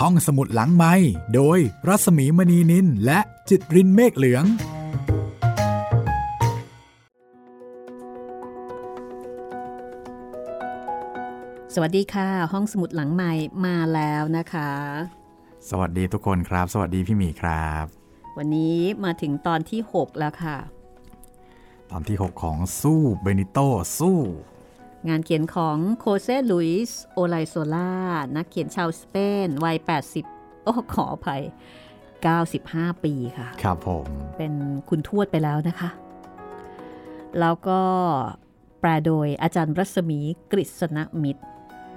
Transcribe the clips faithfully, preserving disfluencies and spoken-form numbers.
ห้องสมุดหลังไมค์โดยรัศมีมณีนินและจิตรินเมฆเหลืองสวัสดีค่ะห้องสมุดหลังไมค์มาแล้วนะคะสวัสดีทุกคนครับสวัสดีพี่หมีครับวันนี้มาถึงตอนที่หกแล้วค่ะตอนที่หกของสู้เบนิโตสู้งานเขียนของโคเซลุยส์โอไลโซล่านักเขียนชาวสเปนวัยแปดสิบโอ้ขออภัยเก้าสิบห้าปีค่ะครับผมเป็นคุณทวดไปแล้วนะคะแล้วก็แปลโดยอาจารย์รัศมีกฤษณมิตร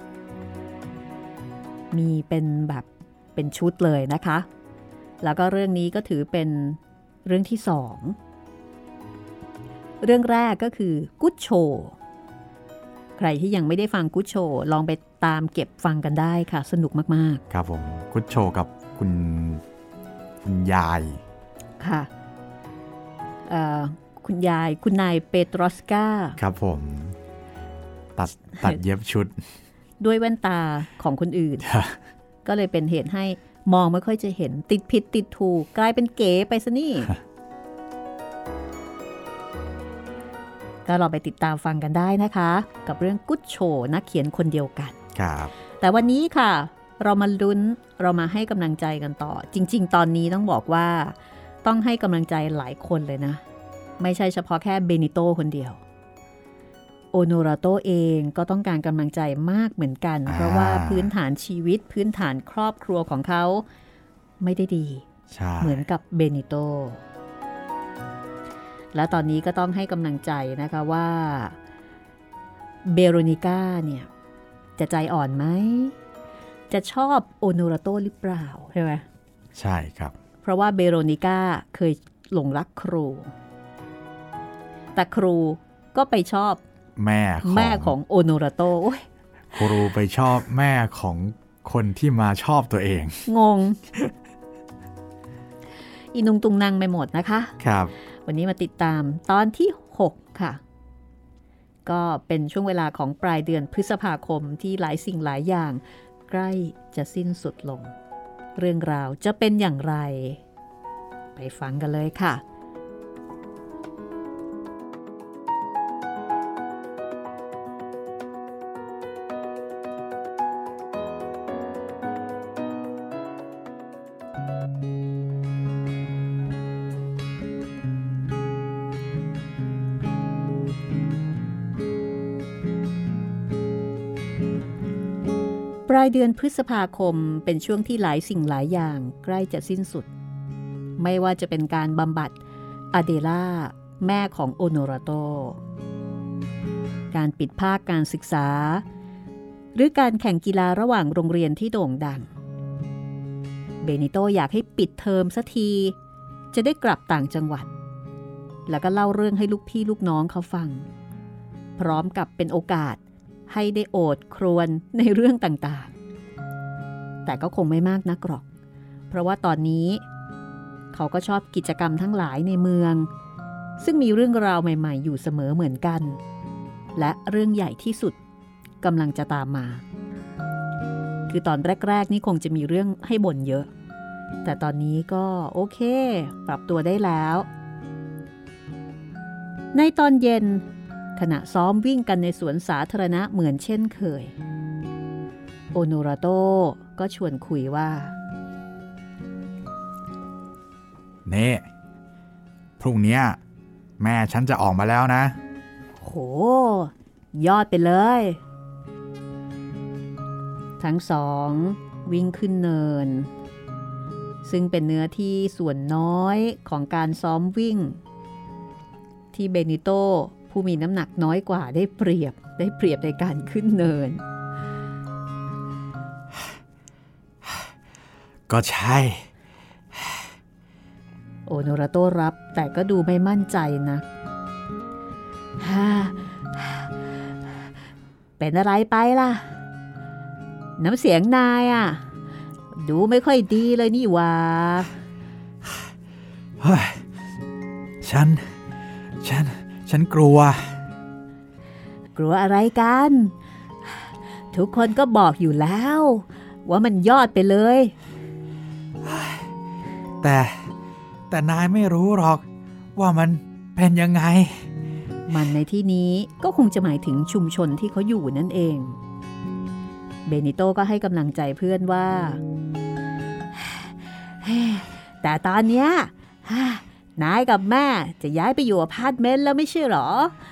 มีเป็นแบบเป็นชุดเลยนะคะแล้วก็เรื่องนี้ก็ถือเป็นเรื่องที่สองเรื่องแรกก็คือกุ๊ดโชใครที่ยังไม่ได้ฟังกุ๊ดโชลองไปตามเก็บฟังกันได้ค่ะสนุกมากๆครับผมกุ๊ดโชกับคุณคุณยายค่ะคุณยายคุณนายเปโตรสกาครับผมตัดตัดเย็บชุดด้วยแว่นตาของคนอื่น ก็เลยเป็นเหตุให้มองไม่ค่อยจะเห็นติดผิดติดถูกกลายเป็นเก๋ไปซะนี่ ก็เราไปติดตามฟังกันได้นะคะกับเรื่องกุ๊ดโชนักเขียนคนเดียวกันครับแต่วันนี้ค่ะเรามาลุ้นเรามาให้กำลังใจกันต่อจริงๆตอนนี้ต้องบอกว่าต้องให้กำลังใจหลายคนเลยนะไม่ใช่เฉพาะแค่เบนิโตคนเดียวโอโนราโตเองก็ต้องการกำลังใจมากเหมือนกันเพราะว่าพื้นฐานชีวิตพื้นฐานครอบครัวของเขาไม่ได้ดีเหมือนกับเบนิโตและตอนนี้ก็ต้องให้กำลังใจนะคะว่าเบโรนิก้าเนี่ยจะใจอ่อนไหมจะชอบโอโนราโตหรือเปล่าใช่ไหมใช่ครับเพราะว่าเบโรนิก้าเคยหลงรักครูแต่ครูก็ไปชอบแม่ของแม่ของโอโนราโตครูไปชอบแม่ของคนที่มาชอบตัวเองงง อีนุงตุงนางไปหมดนะคะครับวันนี้มาติดตามตอนที่หกค่ะก็เป็นช่วงเวลาของปลายเดือนพฤษภาคมที่หลายสิ่งหลายอย่างใกล้จะสิ้นสุดลงเรื่องราวจะเป็นอย่างไรไปฟังกันเลยค่ะปลายเดือนพฤษภาคมเป็นช่วงที่หลายสิ่งหลายอย่างใกล้จะสิ้นสุดไม่ว่าจะเป็นการบำบัดอเดล่าแม่ของโอโนราโตการปิดภาคการศึกษาหรือการแข่งกีฬาระหว่างโรงเรียนที่โด่งดังเบนิโตอยากให้ปิดเทอมสักทีจะได้กลับต่างจังหวัดแล้วก็เล่าเรื่องให้ลูกพี่ลูกน้องเขาฟังพร้อมกับเป็นโอกาสให้ได้โอดครวญในเรื่องต่างๆแต่ก็คงไม่มากนักหรอกเพราะว่าตอนนี้เขาก็ชอบกิจกรรมทั้งหลายในเมืองซึ่งมีเรื่องราวใหม่ๆอยู่เสมอเหมือนกันและเรื่องใหญ่ที่สุดกำลังจะตามมาคือตอนแรกๆนี่คงจะมีเรื่องให้บ่นเยอะแต่ตอนนี้ก็โอเคปรับตัวได้แล้วในตอนเย็นขณะซ้อมวิ่งกันในสวนสาธารณะเหมือนเช่นเคยโอโนราโตก็ชวนคุยว่าเน่พรุ่งนี้แม่ฉันจะออกมาแล้วนะโหยอดไปเลยทั้งสองวิ่งขึ้นเนินซึ่งเป็นเนื้อที่ส่วนน้อยของการซ้อมวิ่งที่เบนิโตผู้มีน้ำหนักน้อยกว่าได้เปรียบได้เปรียบในการขึ้นเนินก็ใช่โอโนราโตรับแต่ก็ดูไม่มั่นใจนะเป็นอะไรไปล่ะน้ำเสียงนายอ่ะดูไม่ค่อยดีเลยนี่วะเฮ้ยฉันฉันฉันกลัวกลัวอะไรกันทุกคนก็บอกอยู่แล้วว่ามันยอดไปเลยแต่แต่นายไม่รู้หรอกว่ามันเป็นยังไงมันในที่นี้ก็คงจะหมายถึงชุมชนที่เขาอยู่นั่นเองเบนิโตก็ให้กำลังใจเพื่อนว่าแต่ตอนเนี้ยนายกับแม่จะย้ายไปอยู่อพาร์ตเมนต์แล้วไม่ใช่หรอ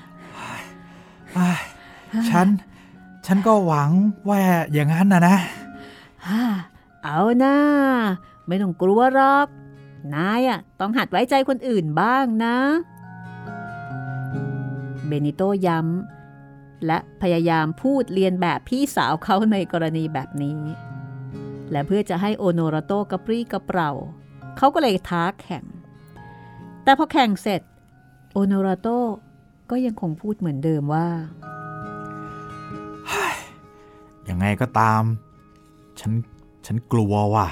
ฉันฉันก็หวังว่าอย่างนั้นนะนะเอานะไม่ต้องกลัวหรอกนายอ่ะต้องหัดไว้ใจคนอื่นบ้างนะเบนิโตย้ำและพยายามพูดเลียนแบบพี่สาวเขาในกรณีแบบนี้และเพื่อจะให้โอโนราโตกระปรี้กระเปร่าเขาก็เลยท้าแข่งแต่พอแข่งเสร็จโอโนราโตก็ยังคงพูดเหมือนเดิมว่ายังไงก็ตามฉันฉันกลัวว่ะ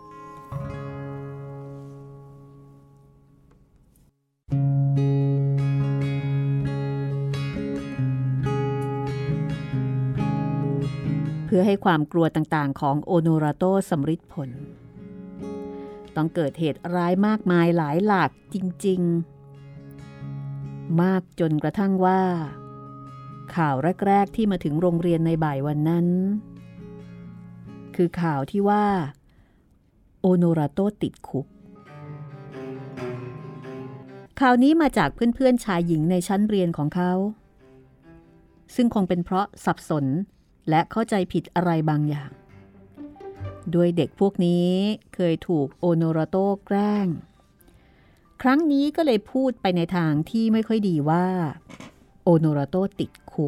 เพื่อให้ความกลัวต่างๆของโอโนราโตสำฤทธิ์ผลต้องเกิดเหตุร้ายมากมายหลายหลากจริงๆมากจนกระทั่งว่าข่าวแรกๆที่มาถึงโรงเรียนในบ่ายวันนั้นคือข่าวที่ว่าโอโนราโตติดคุกข่าวนี้มาจากเพื่อนๆชายหญิงในชั้นเรียนของเขาซึ่งคงเป็นเพราะสับสนและเข้าใจผิดอะไรบางอย่างด้วยเด็กพวกนี้เคยถูกโอโนราโตแกล้งครั้งนี้ก็เลยพูดไปในทางที่ไม่ค่อยดีว่าโอโนราโตติดคุก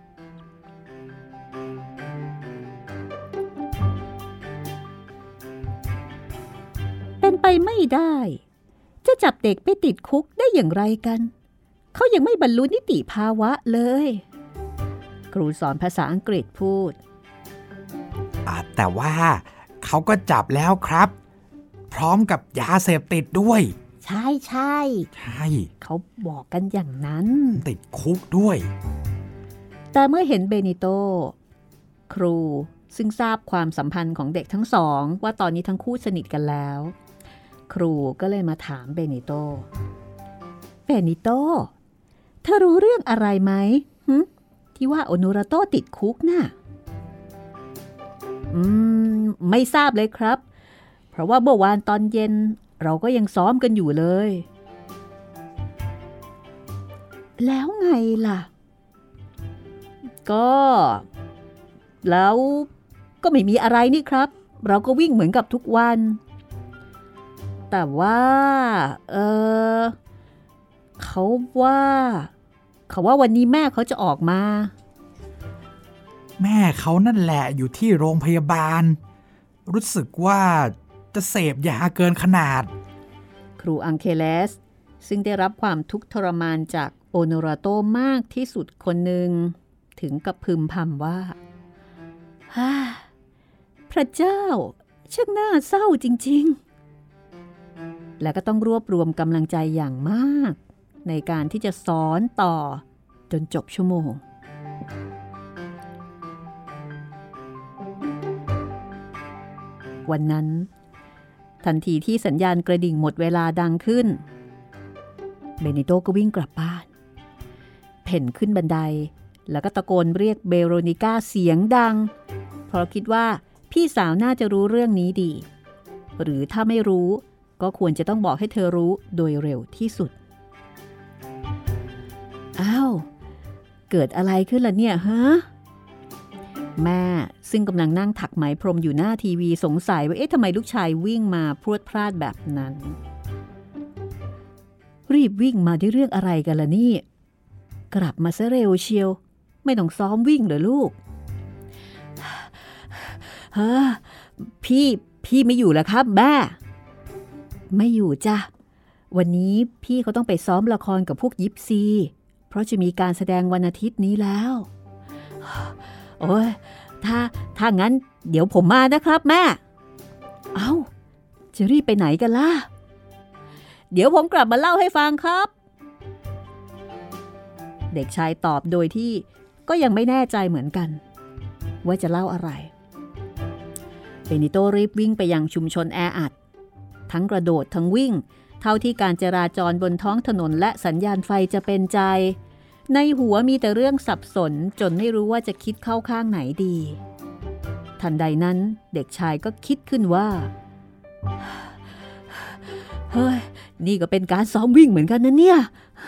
เป็นไปไม่ได้จะจับเด็กไปติดคุกได้อย่างไรกันเขายังไม่บรรลุนิติภาวะเลยครูสอนภาษาอังกฤษพูดแต่ว่าเขาก็จับแล้วครับพร้อมกับยาเสพติดด้วยใช่ใช่ใช่เขาบอกกันอย่างนั้นติดคุกด้วยแต่เมื่อเห็นเบนิโตครูซึ่งทราบความสัมพันธ์ของเด็กทั้งสองว่าตอนนี้ทั้งคู่สนิทกันแล้วครูก็เลยมาถามเบนิโตเบนิโตเธอรู้เรื่องอะไรไหมที่ว่าโอโนราโตติดคุกน่ะอืมไม่ทราบเลยครับเพราะว่าเมื่อวานตอนเย็นเราก็ยังซ้อมกันอยู่เลยแล้วไงล่ะก็แล้วก็ไม่มีอะไรนี่ครับเราก็วิ่งเหมือนกับทุกวันแต่ว่าเออเขาว่าเขาว่าวันนี้แม่เขาจะออกมาแม่เขานั่นแหละอยู่ที่โรงพยาบาลรู้สึกว่าจะเสพยาเกินขนาดครูอังเคเลสซึ่งได้รับความทุกข์ทรมานจากโอโนราโตมากที่สุดคนหนึ่งถึงกับพึมพำว่าฮ่าพระเจ้าช่างน่าเศร้าจริงๆและก็ต้องรวบรวมกำลังใจอย่างมากในการที่จะสอนต่อจนจบชั่วโมงวันนั้นทันทีที่สัญญาณกระดิ่งหมดเวลาดังขึ้นเบนิโตก็วิ่งกลับบ้านเพ่นขึ้นบันไดแล้วก็ตะโกนเรียกเบโรนิก้าเสียงดังเพราะคิดว่าพี่สาวน่าจะรู้เรื่องนี้ดีหรือถ้าไม่รู้ก็ควรจะต้องบอกให้เธอรู้โดยเร็วที่สุดอ้าวเกิดอะไรขึ้นล่ะเนี่ยฮะแม่ซึ่งกำลังนั่งถักไหมพรมอยู่หน้าทีวีสงสัยว่าเอ๊ะทำไมลูกชายวิ่งมาพรวดพลาดแบบนั้นรีบวิ่งมาด้วยเรื่องอะไรกันล่ะนี่กลับมาซะเร็วเชียวไม่ต้องซ้อมวิ่งเหรอลูกเฮ้อพี่พี่ไม่อยู่แล้วครับแม่ไม่อยู่จ้ะวันนี้พี่เขาต้องไปซ้อมละครกับพวกยิปซีเพราะจะมีการแสดงวันอาทิตย์นี้แล้วโอ้ยถ้าถ้างั้นเดี๋ยวผมมานะครับแม่เอ้าจะรีบไปไหนกันล่ะเดี๋ยวผมกลับมาเล่าให้ฟังครับเด็กชายตอบโดยที่ก็ยังไม่แน่ใจเหมือนกันว่าจะเล่าอะไรเบนิโต้รีบวิ่งไปยังชุมชนแออัดทั้งกระโดดทั้งวิ่งเท่าที่การจราจรบนท้องถนนและสัญญาณไฟจะเป็นใจในหัวมีแต่เรื่องสับสนจนไม่รู้ว่าจะคิดเข้าข้างไหนดีทันใดนั้นเด็กชายก็คิดขึ้นว่าเฮ้ยนี่ก็เป็นการซ้อมวิ่งเหมือนกันนะเนี่ย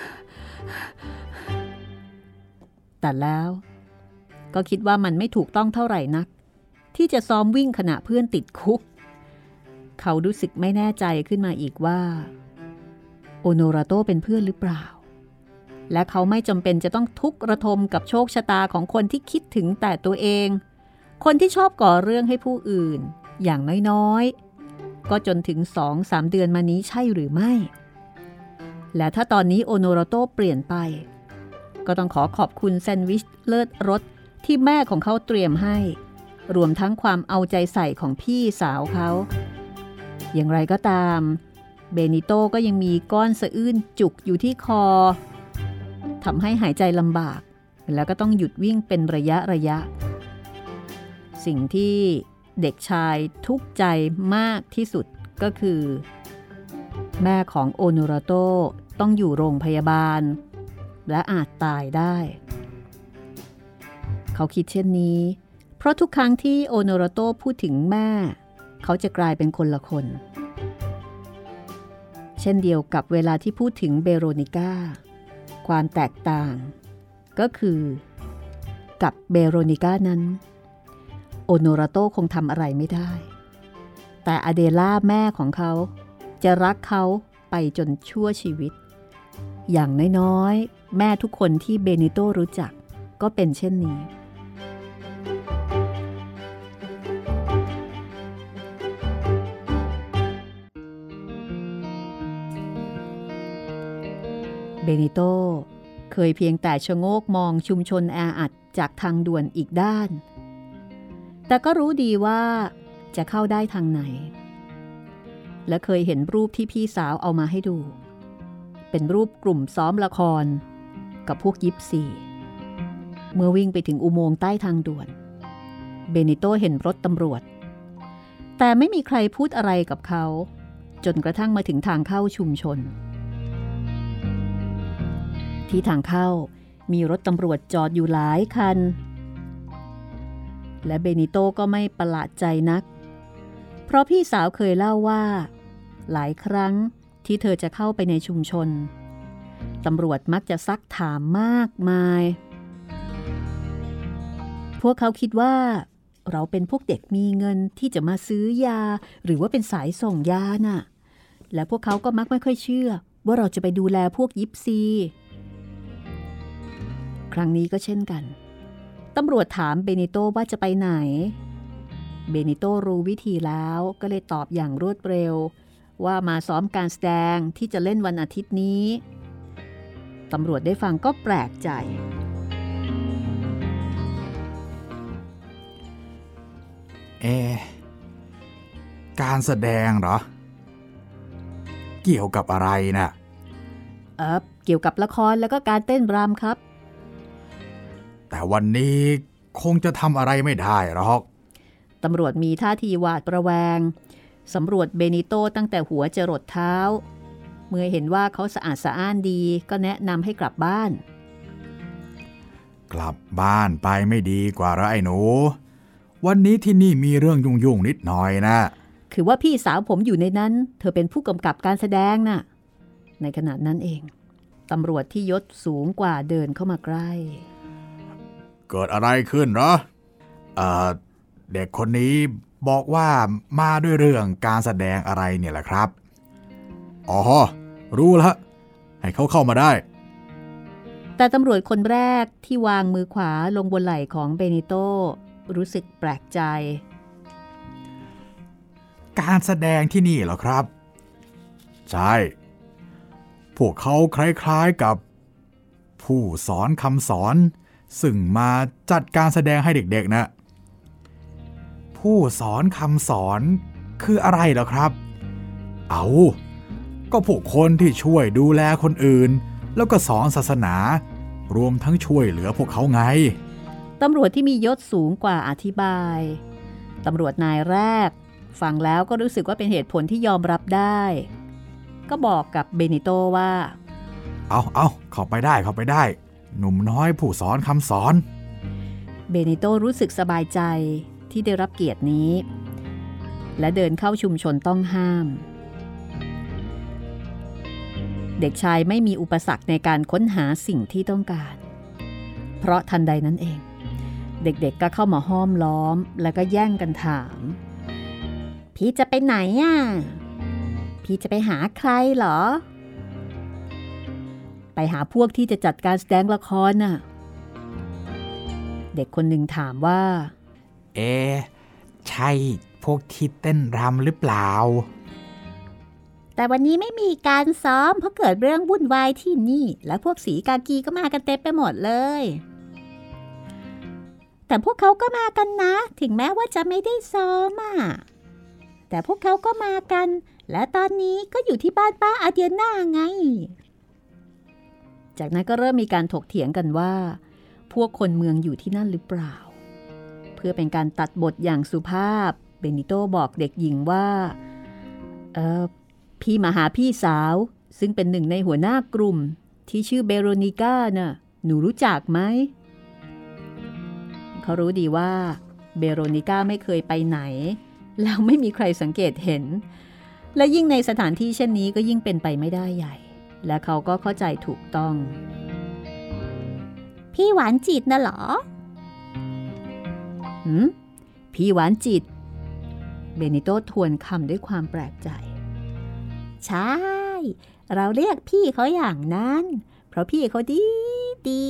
แต่แล้วก็คิดว่ามันไม่ถูกต้องเท่าไหร่นักที่จะซ้อมวิ่งขณะเพื่อนติดคุกเขารู้สึกไม่แน่ใจขึ้นมาอีกว่าโอโนราโตเป็นเพื่อนหรือเปล่าและเขาไม่จำเป็นจะต้องทุกข์ระทมกับโชคชะตาของคนที่คิดถึงแต่ตัวเองคนที่ชอบก่อเรื่องให้ผู้อื่นอย่างน้อยๆก็จนถึง สองถึงสาม เดือนมานี้ใช่หรือไม่และถ้าตอนนี้โอโนราโตเปลี่ยนไปก็ต้องขอขอบคุณแซนด์วิชเลิศรสที่แม่ของเขาเตรียมให้รวมทั้งความเอาใจใส่ของพี่สาวเขาอย่างไรก็ตามเบนิโต้ก็ยังมีก้อนสะอื้นจุกอยู่ที่คอทำให้หายใจลำบากแล้วก็ต้องหยุดวิ่งเป็นระยะระยะสิ่งที่เด็กชายทุกข์ใจมากที่สุดก็คือแม่ของโอโนราโตต้องอยู่โรงพยาบาลและอาจตายได้เขาคิดเช่นนี้เพราะทุกครั้งที่โอโนราโตพูดถึงแม่เขาจะกลายเป็นคนละคนเช่นเดียวกับเวลาที่พูดถึงเบโรนิก้าความแตกต่างก็คือกับเบโรนิก้านั้นโอโนราโตคงทำอะไรไม่ได้แต่อเดล่าแม่ของเขาจะรักเขาไปจนชั่วชีวิตอย่างน้อยๆแม่ทุกคนที่เบนิโต้รู้จักก็เป็นเช่นนี้เบนิโต้เคยเพียงแต่ชะโงกมองชุมชนแออัดจากทางด่วนอีกด้านแต่ก็รู้ดีว่าจะเข้าได้ทางไหนและเคยเห็นรูปที่พี่สาวเอามาให้ดูเป็นรูปกลุ่มซ้อมละครกับพวกยิปซีเมื่อวิ่งไปถึงอุโมงค์ใต้ทางด่วนเบนิโต้เห็นรถตำรวจแต่ไม่มีใครพูดอะไรกับเขาจนกระทั่งมาถึงทางเข้าชุมชนที่ทางเข้ามีรถตำรวจจอดอยู่หลายคันและเบนิโต้ก็ไม่ประหลาดใจนักเพราะพี่สาวเคยเล่าว่าหลายครั้งที่เธอจะเข้าไปในชุมชนตำรวจมักจะซักถามมากมายพวกเขาคิดว่าเราเป็นพวกเด็กมีเงินที่จะมาซื้อยาหรือว่าเป็นสายส่งยาน่ะและพวกเขาก็มักไม่ค่อยเชื่อว่าเราจะไปดูแลพวกยิปซีครั้งนี้ก็เช่นกันตำรวจถามเบนิโต้ว่าจะไปไหนเบนิโต้รู้วิธีแล้วก็เลยตอบอย่างรวดเร็วว่ามาซ้อมการแสดงที่จะเล่นวันอาทิตย์นี้ตำรวจได้ฟังก็แปลกใจเอการแสดงเหรอเกี่ยวกับอะไรน่ะเออเกี่ยวกับละครแล้วก็การเต้นรำครับแต่วันนี้คงจะทำอะไรไม่ได้หรอกตำรวจมีท่าทีหวาดระแวงสำรวจเบนิโต้ตั้งแต่หัวจรดเท้าเมื่อเห็นว่าเขาสะอาดสะอ้านดีก็แนะนำให้กลับบ้านกลับบ้านไปไม่ดีกว่าเหรอไอ้หนูวันนี้ที่นี่มีเรื่องยุ่งๆนิดหน่อยนะคือว่าพี่สาวผมอยู่ในนั้นเธอเป็นผู้กำกับการแสดงน่ะในขณะนั้นเองตำรวจที่ยศสูงกว่าเดินเข้ามาใกล้เกิดอะไรขึ้นเหรอเอ่อเด็กคนนี้บอกว่ามาด้วยเรื่องการแสดงอะไรเนี่ยแหละครับอ๋อรู้แล้วให้เขาเข้ามาได้แต่ตำรวจคนแรกที่วางมือขวาลงบนไหล่ของเบนิโต้รู้สึกแปลกใจการแสดงที่นี่เหรอครับใช่พวกเขาคล้ายๆกับผู้สอนคำสอนซึ่งมาจัดการแสดงให้เด็กๆนะผู้สอนคำสอนคืออะไรเหรอครับเอาก็พวกคนที่ช่วยดูแลคนอื่นแล้วก็สอนศาสนารวมทั้งช่วยเหลือพวกเขาไงตำรวจที่มียศสูงกว่าอธิบายตำรวจนายแรกฟังแล้วก็รู้สึกว่าเป็นเหตุผลที่ยอมรับได้ก็บอกกับเบนิโตว่าเอาเอาเข้าไปได้เข้าไปได้หนุ่มน้อยผู้สอนคำสอนเบนิโตรู้สึกสบายใจที่ได้รับเกียรตินี้และเดินเข้าชุมชนต้องห้ามเด็กชายไม่มีอุปสรรคในการค้นหาสิ่งที่ต้องการเพราะทันใดนั้นเองเด็กๆก็เข้ามาห้อมล้อมแล้วก็แย่งกันถามพี่จะไปไหนอ่ะพี่จะไปหาใครเหรอไปหาพวกที่จะจัดการแสดงละครน่ะเด็กคนหนึ่งถามว่าเอ๊ะใช่พวกที่เต้นรำหรือเปล่าแต่วันนี้ไม่มีการซ้อมเพราะเกิดเรื่องวุ่นวายที่นี่และพวกสีกากีก็มากันเต็มไปหมดเลยแต่พวกเขาก็มากันนะถึงแม้ว่าจะไม่ได้ซ้อมอ่ะแต่พวกเขาก็มากันและตอนนี้ก็อยู่ที่บ้านป้าอาเดียนาไงจากนั้นก็เริ่มมีการถกเถียงกันว่าพวกคนเมืองอยู่ที่นั่นหรือเปล่าเพื่อเป็นการตัดบทอย่างสุภาพเบนิโตบอกเด็กหญิงว่าเออพี่มาหาพี่สาวซึ่งเป็นหนึ่งในหัวหน้ากลุ่มที่ชื่อเบโรนิก้าน่ะหนูรู้จักไหมเขารู้ดีว่าเบโรนิก้าไม่เคยไปไหนแล้วไม่มีใครสังเกตเห็นและยิ่งในสถานที่เช่นนี้ก็ยิ่งเป็นไปไม่ได้ใหญ่และเขาก็เข้าใจถูกต้องพี่หวานจิตน่ะเหรอหืมพี่หวานจิตเบนิโตทวนคำด้วยความแปลกใจใช่เราเรียกพี่เขาอย่างนั้นเพราะพี่เขาดีดี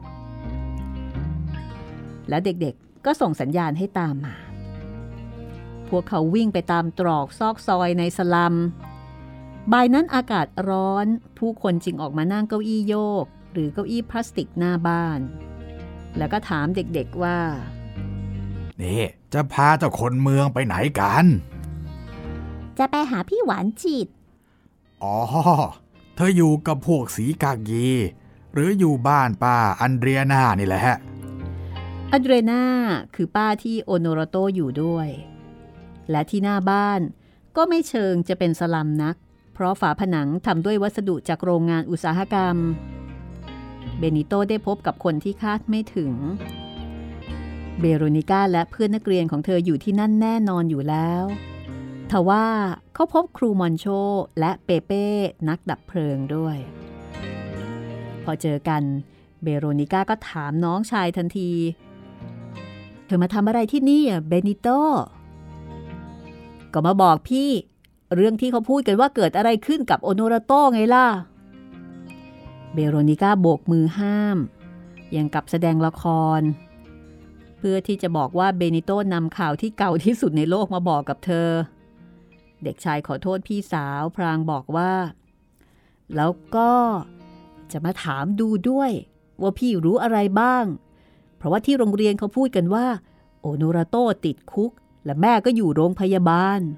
แล้วเด็กๆก็ส่งสัญญาณให้ตามมาพวกเขาวิ่งไปตามตรอกซอกซอยในสลัมบ่ายนั้นอากาศร้อนผู้คนจึงออกมานั่งเก้าอี้โยกหรือเก้าอี้พลาสติกหน้าบ้านแล้วก็ถามเด็กๆว่านี่จะพาเจ้าคนเมืองไปไหนกันจะไปหาพี่หวานจิตอ๋อเธออยู่กับพวกสีกากีหรืออยู่บ้านป้าอันเดรียนานี่แหละอันเดรียนาคือป้าที่โอโนราโตอยู่ด้วยและที่หน้าบ้านก็ไม่เชิงจะเป็นสลัมนักเพราะฝาผนังทำด้วยวัสดุจากโรงงานอุตสาหกรรมเบนิโตได้พบกับคนที่คาดไม่ถึงเบโรนิก้าและเพื่อนนักเรียนของเธออยู่ที่นั่นแน่นอนอยู่แล้วทว่าเขาพบครูมอนโชและเปเป้นักดับเพลิงด้วยพอเจอกันเบโรนิก้าก็ถามน้องชายทันทีเธอมาทำอะไรที่นี่อ่ะเบนิโตก็มาบอกพี่เรื่องที่เขาพูดกันว่าเกิดอะไรขึ้นกับโอโนราโตไงล่ะเบโรนิก้าโบกมือห้ามยังกับแสดงละครเพื่อที่จะบอกว่าเบนิโตนำข่าวที่เก่าที่สุดในโลกมาบอกกับเธอเด็กชายขอโทษพี่สาวพลางบอกว่าแล้วก็จะมาถามดูด้วยว่าพี่รู้อะไรบ้างเพราะว่าที่โรงเรียนเขาพูดกันว่าโอโนราโตติดคุกและแม่ก็อยู่โรงพยาบาล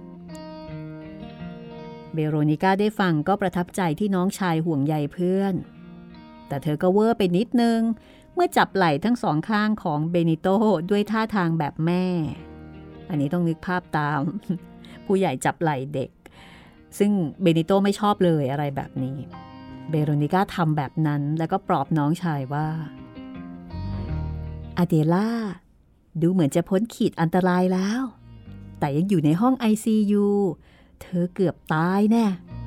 เบโรนิก้าได้ฟังก็ประทับใจที่น้องชายห่วงใยเพื่อนแต่เธอก็เวอร์ไปนิดนึงเมื่อจับไหล่ทั้งสองข้างของเบนิโตด้วยท่าทางแบบแม่อันนี้ต้องนึกภาพตามผู้ใหญ่จับไหล่เด็กซึ่งเบนิโตไม่ชอบเลยอะไรแบบนี้เบโรนิก้าทำแบบนั้นแล้วก็ปลอบน้องชายว่าอเดล่าดูเหมือนจะพ้นขีดอันตรายแล้วแต่ยังอยู่ในห้อง ไอ ซี ยู เธอเกือบตายแน่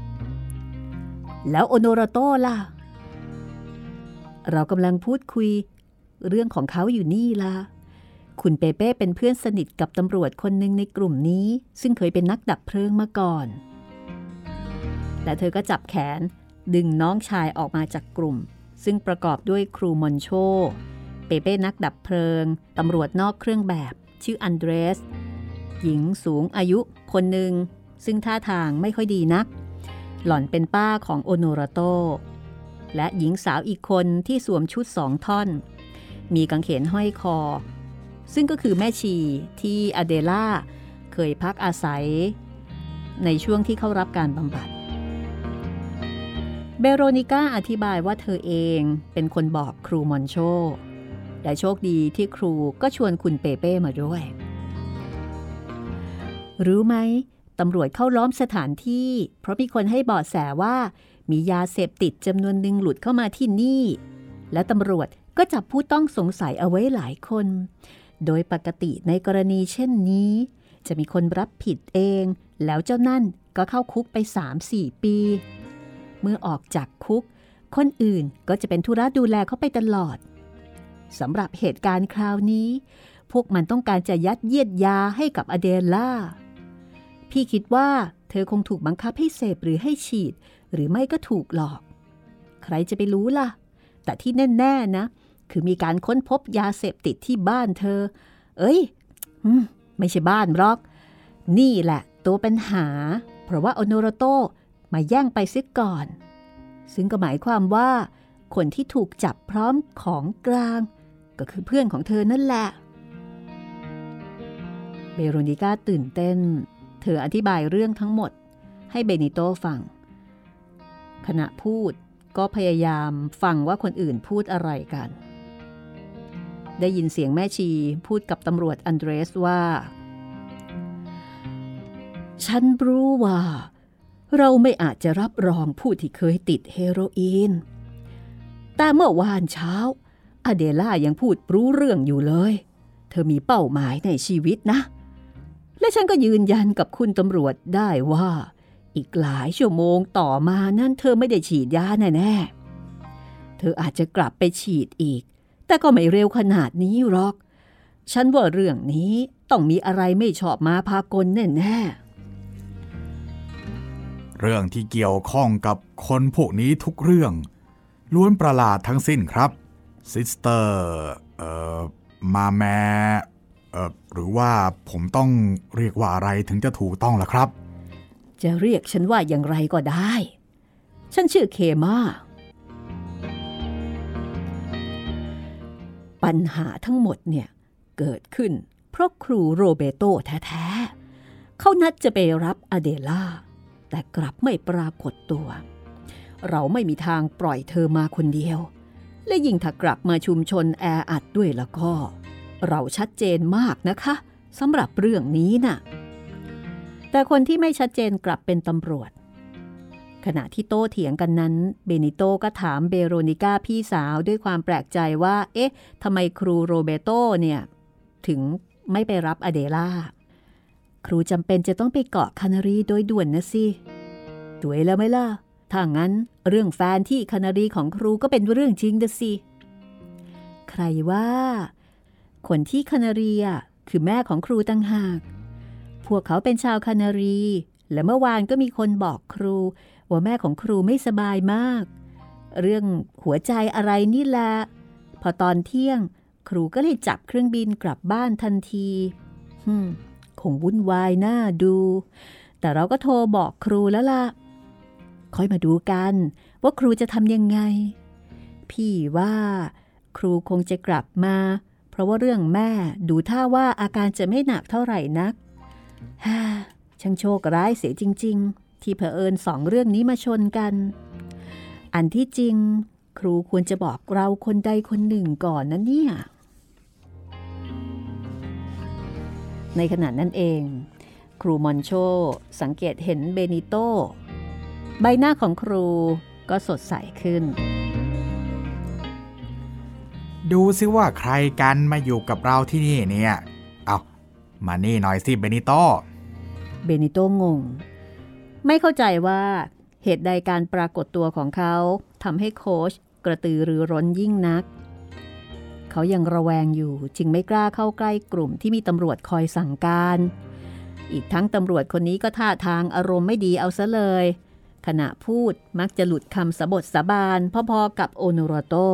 แล้วโอโนราโตล่ะเรากำลังพูดคุยเรื่องของเขาอยู่นี่ล่ะคุณเปเป้เป็นเพื่อนสนิทกับตำรวจคนหนึ่งในกลุ่มนี้ซึ่งเคยเป็นนักดับเพลิงมาก่อนและเธอก็จับแขนดึงน้องชายออกมาจากกลุ่มซึ่งประกอบด้วยครูมอนโชเปเป้นักดับเพลิงตำรวจนอกเครื่องแบบชื่ออันเดรสหญิงสูงอายุคนหนึ่งซึ่งท่าทางไม่ค่อยดีนักหล่อนเป็นป้าของโอโนราโตและหญิงสาวอีกคนที่สวมชุดสองท่อนมีกางเขนห้อยคอซึ่งก็คือแม่ชีที่อเดล่าเคยพักอาศัยในช่วงที่เข้ารับการบำบัดเบโรนิก้าอธิบายว่าเธอเองเป็นคนบอกครูมอนโชและโชคดีที่ครูก็ชวนคุณเปเป้มาด้วยรู้ไหมตำรวจเข้าล้อมสถานที่เพราะมีคนให้เบาะแสว่ามียาเสพติดจำนวนหนึ่งหลุดเข้ามาที่นี่และตำรวจก็จับผู้ต้องสงสัยเอาไว้หลายคนโดยปกติในกรณีเช่นนี้จะมีคนรับผิดเองแล้วเจ้านั่นก็เข้าคุกไป สามถึงสี่ ปีเมื่อออกจากคุกคนอื่นก็จะเป็นธุระดูแลเขาไปตลอดสำหรับเหตุการณ์คราวนี้พวกมันต้องการจะยัดเยียดยาให้กับอเดล่าพี่คิดว่าเธอคงถูกบังคับให้เสพหรือให้ฉีดหรือไม่ก็ถูกหลอกใครจะไปรู้ล่ะแต่ที่แน่ๆนะคือมีการค้นพบยาเสพติดที่บ้านเธอเอ้ยไม่ใช่บ้านหรอกนี่แหละตัวปัญหาเพราะว่าโอโนโรโตมาแย่งไปเสียก่อนซึ่งก็หมายความว่าคนที่ถูกจับพร้อมของกลางก็คือเพื่อนของเธอนั่นแหละเบโรนิก้าตื่นเต้นเธออธิบายเรื่องทั้งหมดให้เบนิโตฟังขณะพูดก็พยายามฟังว่าคนอื่นพูดอะไรกันได้ยินเสียงแม่ชีพูดกับตำรวจอันเดรสว่าฉันรู้ว่าเราไม่อาจจะรับรองผู้ที่เคยติดเฮโรอีนแต่เมื่อวานเช้าอเดล่ายังพูดรู้เรื่องอยู่เลยเธอมีเป้าหมายในชีวิตนะและฉันก็ยืนยันกับคุณตำรวจได้ว่าอีกหลายชั่วโมงต่อมานั้นเธอไม่ได้ฉีดยาแน่ๆเธออาจจะกลับไปฉีดอีกแต่ก็ไม่เร็วขนาดนี้หรอกฉันว่าเรื่องนี้ต้องมีอะไรไม่ชอบมาพากลแน่ๆเรื่องที่เกี่ยวข้องกับคนพวกนี้ทุกเรื่องล้วนประหลาดทั้งสิ้นครับซิสเตอร์เอ่อมาแมเอ่อหรือว่าผมต้องเรียกว่าอะไรถึงจะถูกต้องล่ะครับจะเรียกฉันว่าอย่างไรก็ได้ฉันชื่อเคมาปัญหาทั้งหมดเนี่ยเกิดขึ้นเพราะครูโรเบโตแท้ๆเขานัดจะไปรับอเดล่าแต่กลับไม่ปรากฏตัวเราไม่มีทางปล่อยเธอมาคนเดียวและยิ่งถ้ากลับมาชุมชนแออัดด้วยแล้วก็เราชัดเจนมากนะคะสำหรับเรื่องนี้น่ะแต่คนที่ไม่ชัดเจนกลับเป็นตำรวจขณะที่โต้เถียงกันนั้นเบนิโตก็ถามเบโรนิก้าพี่สาวด้วยความแปลกใจว่าเอ๊ะทำไมครูโรเบโตเนี่ยถึงไม่ไปรับอเดล่าครูจำเป็นจะต้องไปเกาะคานารีโดยด่วนนะสิด้วยแล้วไหมล่ะถ้างั้นเรื่องแฟนที่คานารีของครูก็เป็นเรื่องจริงนะสิใครว่าคนที่คานารีอ่ะคือแม่ของครูต่างหากพวกเขาเป็นชาวคานารีและเมื่อวานก็มีคนบอกครูว่าแม่ของครูไม่สบายมากเรื่องหัวใจอะไรนี่แหละพอตอนเที่ยงครูก็เลยจับเครื่องบินกลับบ้านทันทีฮึมคงวุ่นวายน่าดูแต่เราก็โทรบอกครูแล้วล่ะค่อยมาดูกันว่าครูจะทำยังไงพี่ว่าครูคงจะกลับมาเพราะว่าเรื่องแม่ดูท่าว่าอาการจะไม่หนักเท่าไหร่นักฮ่าช่างโชคร้ายเสียจริงๆที่เผอิญสองเรื่องนี้มาชนกันอันที่จริงครูควรจะบอกเราคนใดคนหนึ่งก่อนนะเนี่ยในขณะนั้นเองครูมอนโชสังเกตเห็นเบนิโตใบหน้าของครูก็สดใสขึ้นดูซิว่าใครกันมาอยู่กับเราที่นี่เนี่ยเอามานี่หน่อยสิเบนิโตเบนิโตงงไม่เข้าใจว่าเหตุใดการปรากฏตัวของเขาทำให้โค้ชกระตือรือร้นยิ่งนักเขายังระแวงอยู่จึงไม่กล้าเข้าใกล้กลุ่มที่มีตำรวจคอยสั่งการอีกทั้งตำรวจคนนี้ก็ท่าทางอารมณ์ไม่ดีเอาซะเลยขณะพูดมักจะหลุดคำสบทสาบานพอๆกับโอโนโรโต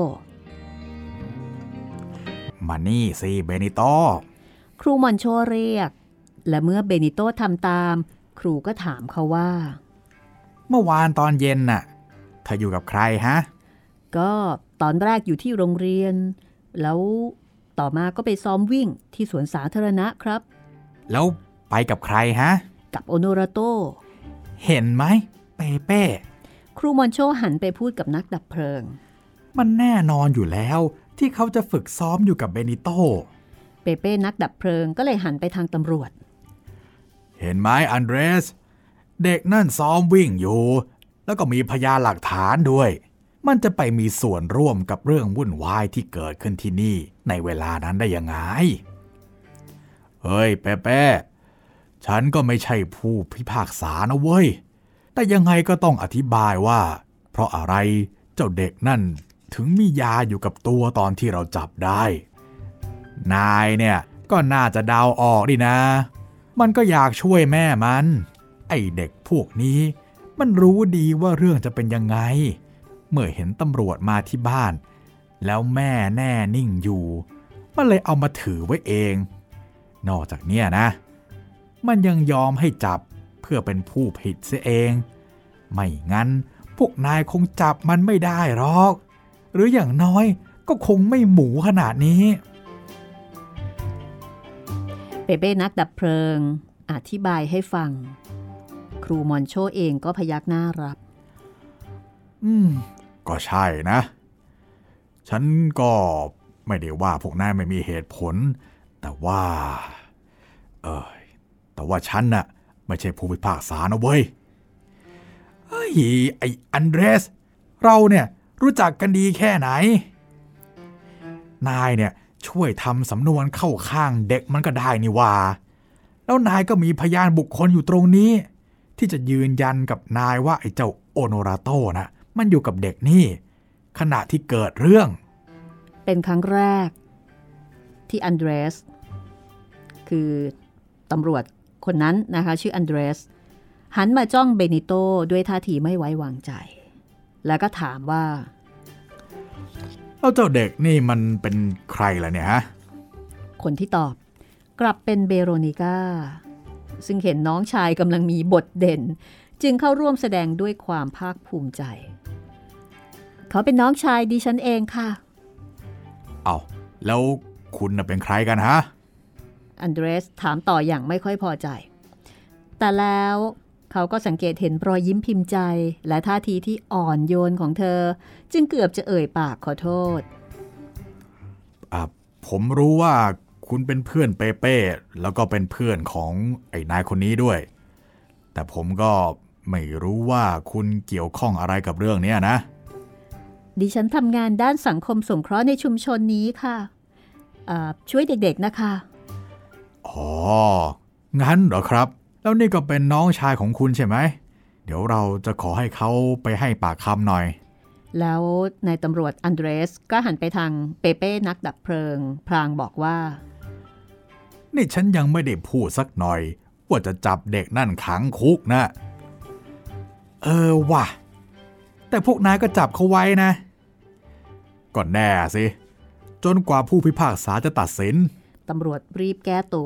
มานี่สิเบนิโตครูมอนโชเรียกและเมื่อเบนิโตทำตามครูก็ถามเขาว่าเมื่อวานตอนเย็นน่ะเธออยู่กับใครฮะก็ตอนแรกอยู่ที่โรงเรียนแล้วต่อมาก็ไปซ้อมวิ่งที่สวนสาธารณะครับแล้วไปกับใครฮะกับโอโนโรโตเห็นไหมเปเป้ครูมอนโชหันไปพูดกับนักดับเพลิงมันแน่นอนอยู่แล้วที่เขาจะฝึกซ้อมอยู่กับเบนิโตเปเป้นักดับเพลิงก็เลยหันไปทางตำรวจเห็นไหมอันเดรสเด็กนั่นซ้อมวิ่งอยู่แล้วก็มีพยานหลักฐานด้วยมันจะไปมีส่วนร่วมกับเรื่องวุ่นวายที่เกิดขึ้นที่นี่ในเวลานั้นได้ยังไงเฮ้ยเป๊ะๆฉันก็ไม่ใช่ผู้พิพากษานะเว้ยแต่ยังไงก็ต้องอธิบายว่าเพราะอะไรเจ้าเด็กนั่นถึงมียาอยู่กับตัวตอนที่เราจับได้นายเนี่ยก็น่าจะเดาออกดินะมันก็อยากช่วยแม่มันไอเด็กพวกนี้มันรู้ดีว่าเรื่องจะเป็นยังไงเมื่อเห็นตำรวจมาที่บ้านแล้วแม่แน่นิ่งอยู่มันเลยเอามาถือไว้เองนอกจากเนี้ยนะมันยังยอมให้จับเพื่อเป็นผู้ผิดเสียเองไม่งั้นพวกนายคงจับมันไม่ได้หรอกหรืออย่างน้อยก็คงไม่หมูขนาดนี้เปเป้นักดับเพลิงอธิบายให้ฟังครูมอนโชเองก็พยักหน้ารับอืมก็ใช่นะฉันก็ไม่ได้ว่าพวกนายไม่มีเหตุผลแต่ว่าเออแต่ว่าฉันน่ะไม่ใช่ผู้พิพากษานะเว้ยเฮ้ยไอ้อันเดรสเราเนี่ยรู้จักกันดีแค่ไหนนายเนี่ยช่วยทำสำนวนเข้าข้างเด็กมันก็ได้นี่ว่าแล้วนายก็มีพยานบุคคลอยู่ตรงนี้ที่จะยืนยันกับนายว่าไอ้เจ้าโอโนราโต้นะมันอยู่กับเด็กนี่ขณะที่เกิดเรื่องเป็นครั้งแรกที่อันเดรสคือตำรวจคนนั้นนะคะชื่ออันเดรสหันมาจ้องเบนิโต้ด้วยท่าทีไม่ไว้วางใจแล้วก็ถามว่าแล้วเจ้าเด็กนี่มันเป็นใครล่ะเนี่ยฮะคนที่ตอบกลับเป็นเบโรนิก้าซึ่งเห็นน้องชายกำลังมีบทเด่นจึงเข้าร่วมแสดงด้วยความภาคภูมิใจเขาเป็นน้องชายดิฉันเองค่ะเอาแล้วคุณน่ะเป็นใครกันฮะอันเดรสถามต่ออย่างไม่ค่อยพอใจแต่แล้วเขาก็สังเกตเห็นรอยยิ้มพิมพ์ใจและท่าทีที่อ่อนโยนของเธอจึงเกือบจะเอ่ยปากขอโทษอ่ะผมรู้ว่าคุณเป็นเพื่อนเปเป้แล้วก็เป็นเพื่อนของไอ้นายคนนี้ด้วยแต่ผมก็ไม่รู้ว่าคุณเกี่ยวข้องอะไรกับเรื่องนี้นะดิฉันทำงานด้านสังคมสงเคราะห์ในชุมชนนี้ค่ะช่วยเด็กๆนะคะอ๋องั้นเหรอครับแล้วนี่ก็เป็นน้องชายของคุณใช่ไหมเดี๋ยวเราจะขอให้เขาไปให้ปากคำหน่อยแล้วนายตำรวจอันเดรสก็หันไปทางเปเป้นักดับเพลิงพลางบอกว่านี่ฉันยังไม่ได้พูดสักหน่อยว่าจะจับเด็กนั่นขังคุกนะเออว่ะแต่พวกนายก็จับเขาไว้นะก็แน่สิจนกว่าผู้พิพากษาจะตัดสินตำรวจรีบแก้ตัว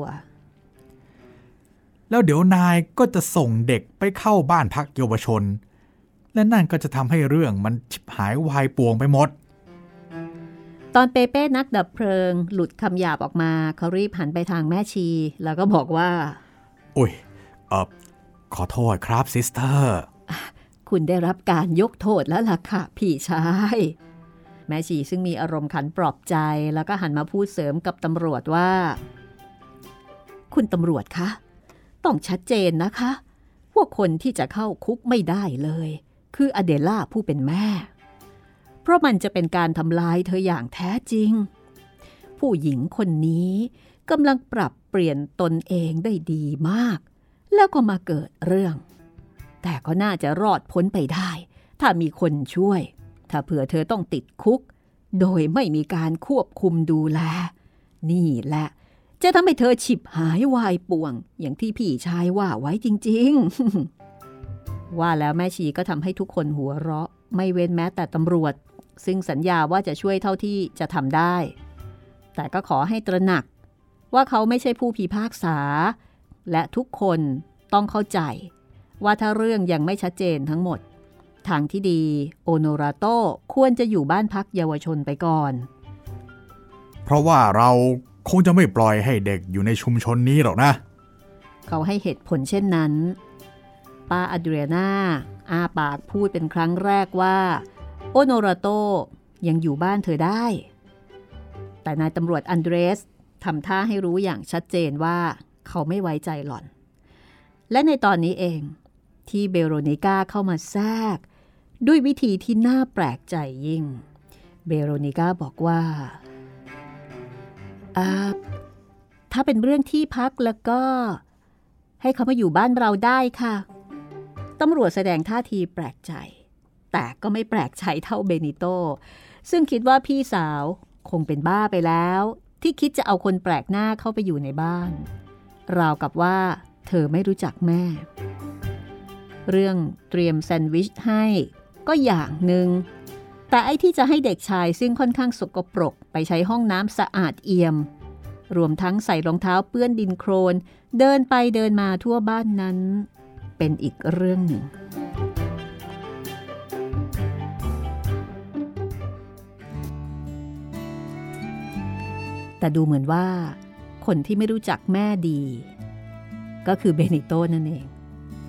แล้วเดี๋ยวนายก็จะส่งเด็กไปเข้าบ้านพักเยาวชนและนั่นก็จะทำให้เรื่องมันชิบหายวายป่วงไปหมดตอนเปเป้นักดับเพลิงหลุดคำหยาบออกมาเขารีบหันไปทางแม่ชีแล้วก็บอกว่าโอ้ยเออขอโทษครับซิสเตอร์คุณได้รับการยกโทษแล้วล่ะค่ะพี่ชายแม่ชีซึ่งมีอารมณ์ขันปลอบใจแล้วก็หันมาพูดเสริมกับตำรวจว่าคุณตำรวจคะต้องชัดเจนนะคะว่าคนที่จะเข้าคุกไม่ได้เลยคืออเดล่าผู้เป็นแม่เพราะมันจะเป็นการทำลายเธออย่างแท้จริงผู้หญิงคนนี้กำลังปรับเปลี่ยนตนเองได้ดีมากแล้วก็มาเกิดเรื่องแต่ก็น่าจะรอดพ้นไปได้ถ้ามีคนช่วยถ้าเผื่อเธอต้องติดคุกโดยไม่มีการควบคุมดูแลนี่แหละจะทำให้เธอฉิบหายวายป่วงอย่างที่พี่ชายว่าไว้จริงๆว่าแล้วแม่ชีก็ทำให้ทุกคนหัวเราะไม่เว้นแม้แต่ตำรวจซึ่งสัญญาว่าจะช่วยเท่าที่จะทำได้แต่ก็ขอให้ตระหนักว่าเขาไม่ใช่ผู้พิพากษาและทุกคนต้องเข้าใจว่าถ้าเรื่องยังไม่ชัดเจนทั้งหมดทางที่ดีโอโนราโต้ควรจะอยู่บ้านพักเยาวชนไปก่อนเพราะว่าเราคงจะไม่ปล่อยให้เด็กอยู่ในชุมชนนี้หรอกนะเขาให้เหตุผลเช่นนั้นป้าอเดรียนาอ้าปากพูดเป็นครั้งแรกว่าโอโนราโต้ยังอยู่บ้านเธอได้แต่นายตำรวจอันเดรสทำท่าให้รู้อย่างชัดเจนว่าเขาไม่ไว้ใจหล่อนและในตอนนี้เองที่เบโรนิก้าเข้ามาแทรกด้วยวิธีที่น่าแปลกใจยิ่งเบโรนิก้าบอกว่าอ่าถ้าเป็นเรื่องที่พักแล้วก็ให้เขามาอยู่บ้านเราได้ค่ะตำรวจแสดงท่าทีแปลกใจแต่ก็ไม่แปลกใจเท่าเบนิโตซึ่งคิดว่าพี่สาวคงเป็นบ้าไปแล้วที่คิดจะเอาคนแปลกหน้าเข้าไปอยู่ในบ้านราวกับว่าเธอไม่รู้จักแม่เรื่องเตรียมแซนด์วิชให้ก็อย่างหนึ่งแต่ไอ้ที่จะให้เด็กชายซึ่งค่อนข้างสกปรกไปใช้ห้องน้ำสะอาดเอี่ยมรวมทั้งใส่รองเท้าเปื้อนดินโคลนเดินไปเดินมาทั่วบ้านนั้นเป็นอีกเรื่องหนึ่งแต่ดูเหมือนว่าคนที่ไม่รู้จักแม่ดีก็คือเบนิโตนั่นเอง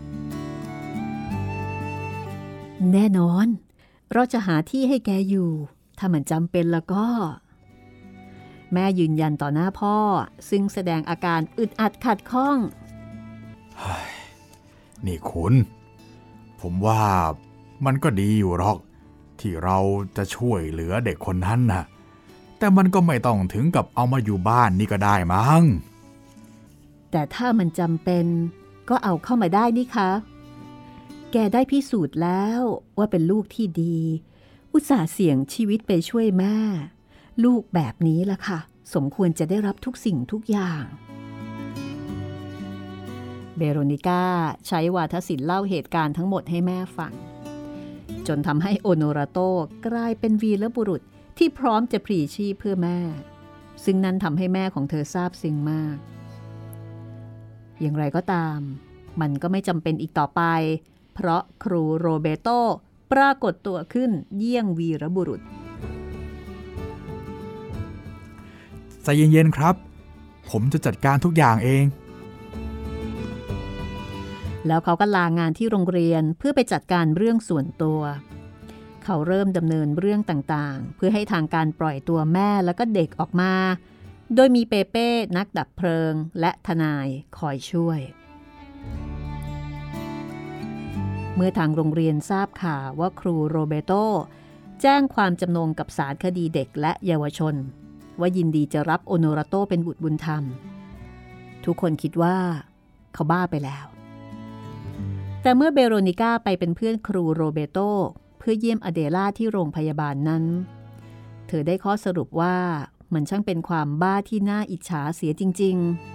แน่นอนเราจะหาที่ให้แกอยู่ถ้ามันจำเป็นแล้วก็แม่ยืนยันต่อหน้าพ่อซึ่งแสดงอาการอึดอัดขัดข้องนี่คุณผมว่ามันก็ดีอยู่หรอกที่เราจะช่วยเหลือเด็กคนนั้นนะแต่มันก็ไม่ต้องถึงกับเอามาอยู่บ้านนี่ก็ได้มั้งแต่ถ้ามันจำเป็นก็เอาเข้ามาได้นี่คะแกได้พิสูจน์แล้วว่าเป็นลูกที่ดีอุตส่าห์เสี่ยงชีวิตไปช่วยแม่ลูกแบบนี้ล่ะค่ะสมควรจะได้รับทุกสิ่งทุกอย่างเบโรนิก้าใช้วาทศิลป์เล่าเหตุการณ์ทั้งหมดให้แม่ฟังจนทำให้โอโนราโตกลายเป็นวีรบุรุษที่พร้อมจะพลีชีพเพื่อแม่ซึ่งนั้นทำให้แม่ของเธอซาบซึ้งมากอย่างไรก็ตามมันก็ไม่จำเป็นอีกต่อไปเพราะครูโรเบโตปรากฏตัวขึ้นเยี่ยงวีรบุรุษใจเย็นๆครับผมจะจัดการทุกอย่างเองแล้วเขาก็ลางานที่โรงเรียนเพื่อไปจัดการเรื่องส่วนตัวเขาเริ่มดำเนินเรื่องต่างๆเพื่อให้ทางการปล่อยตัวแม่แล้วก็เด็กออกมาโดยมีเปเป้นักดับเพลิงและทนายคอยช่วยเมื่อทางโรงเรียนทราบข่าวว่าครูโรเบโตแจ้งความจำนงกับศาลคดีเด็กและเยาวชนว่ายินดีจะรับโอโนราโตเป็นบุตรบุญธรรมทุกคนคิดว่าเขาบ้าไปแล้วแต่เมื่อเบโรนิก้าไปเป็นเพื่อนครูโรเบโตเพื่อเยี่ยมอเดล่าที่โรงพยาบาลนั้นเธอได้ข้อสรุปว่ามันช่างเป็นความบ้าที่น่าอิจฉาเสียจริง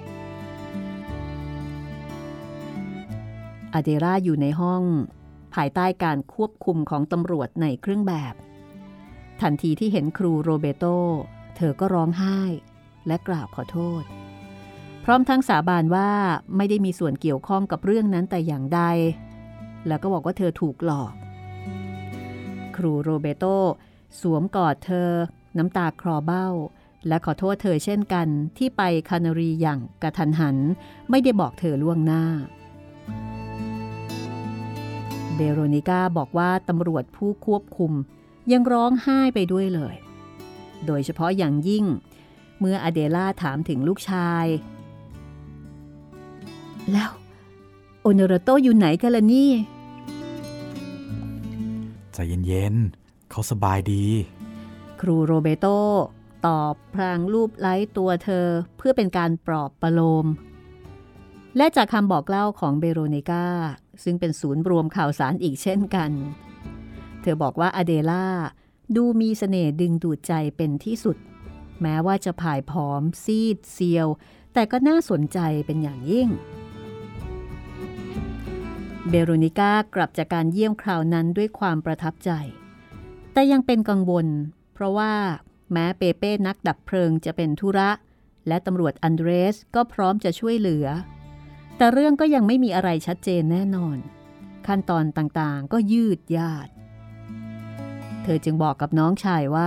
ๆอเดล่าอยู่ในห้องภายใต้การควบคุมของตำรวจในเครื่องแบบทันทีที่เห็นครูโรเบโตเธอก็ร้องไห้และกราบขอโทษพร้อมทั้งสาบานว่าไม่ได้มีส่วนเกี่ยวข้องกับเรื่องนั้นแต่อย่างใดแล้วก็บอกว่าเธอถูกหลอกครูโรเบโตสวมกอดเธอน้ำตาคลอเบ้าและขอโทษเธอเช่นกันที่ไปคานารีอย่างกระทันหันไม่ได้บอกเธอล่วงหน้าเบโรนิก้าบอกว่าตำรวจผู้ควบคุมยังร้องไห้ไปด้วยเลยโดยเฉพาะอย่างยิ่งเมื่ออเดล่าถามถึงลูกชายแล้วโอโนราโตอยู่ไหนกันล่ะนี่ใจเย็นๆเขาสบายดีครูโรเบโตตอบพลางรูปไล้ตัวเธอเพื่อเป็นการปลอบประโลมและจากคำบอกเล่าของเบโรนิก้าซึ่งเป็นศูนย์รวมข่าวสารอีกเช่นกันเธอบอกว่าอเดล่าดูมีเสน่ห์ดึงดูดใจเป็นที่สุดแม้ว่าจะผายผอมซีดเซียวแต่ก็น่าสนใจเป็นอย่างยิ่งเบโรนิก้ากลับจากการเยี่ยมคราวนั้นด้วยความประทับใจแต่ยังเป็นกังวลเพราะว่าแม้เปเป้นักดับเพลิงจะเป็นธุระและตำรวจอันเดรสก็พร้อมจะช่วยเหลือแต่เรื่องก็ยังไม่มีอะไรชัดเจนแน่นอนขั้นตอนต่างๆก็ยืดยาดเธอจึงบอกกับน้องชายว่า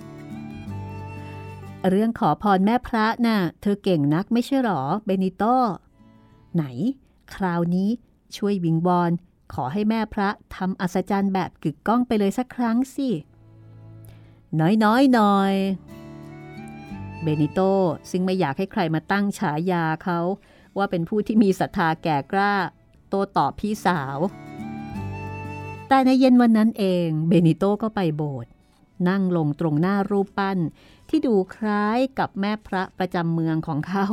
เรื่องขอพรแม่พระน่ะเธอเก่งนักไม่ใช่หรอเบนิโตไหนคราวนี้ช่วยวิงวอนขอให้แม่พระทำอัศจรรย์แบบกึกก้องไปเลยสักครั้งสิน้อยๆหน่อยเบนิโตซึ่งไม่อยากให้ใครมาตั้งฉายาเขาว่าเป็นผู้ที่มีศรัทธาแก่กล้าโต้ตอบพี่สาวแต่ในเย็นวันนั้นเองเบนิโตก็ไปโบสถ์นั่งลงตรงหน้ารูปปั้นที่ดูคล้ายกับแม่พระประจำเมืองของเขา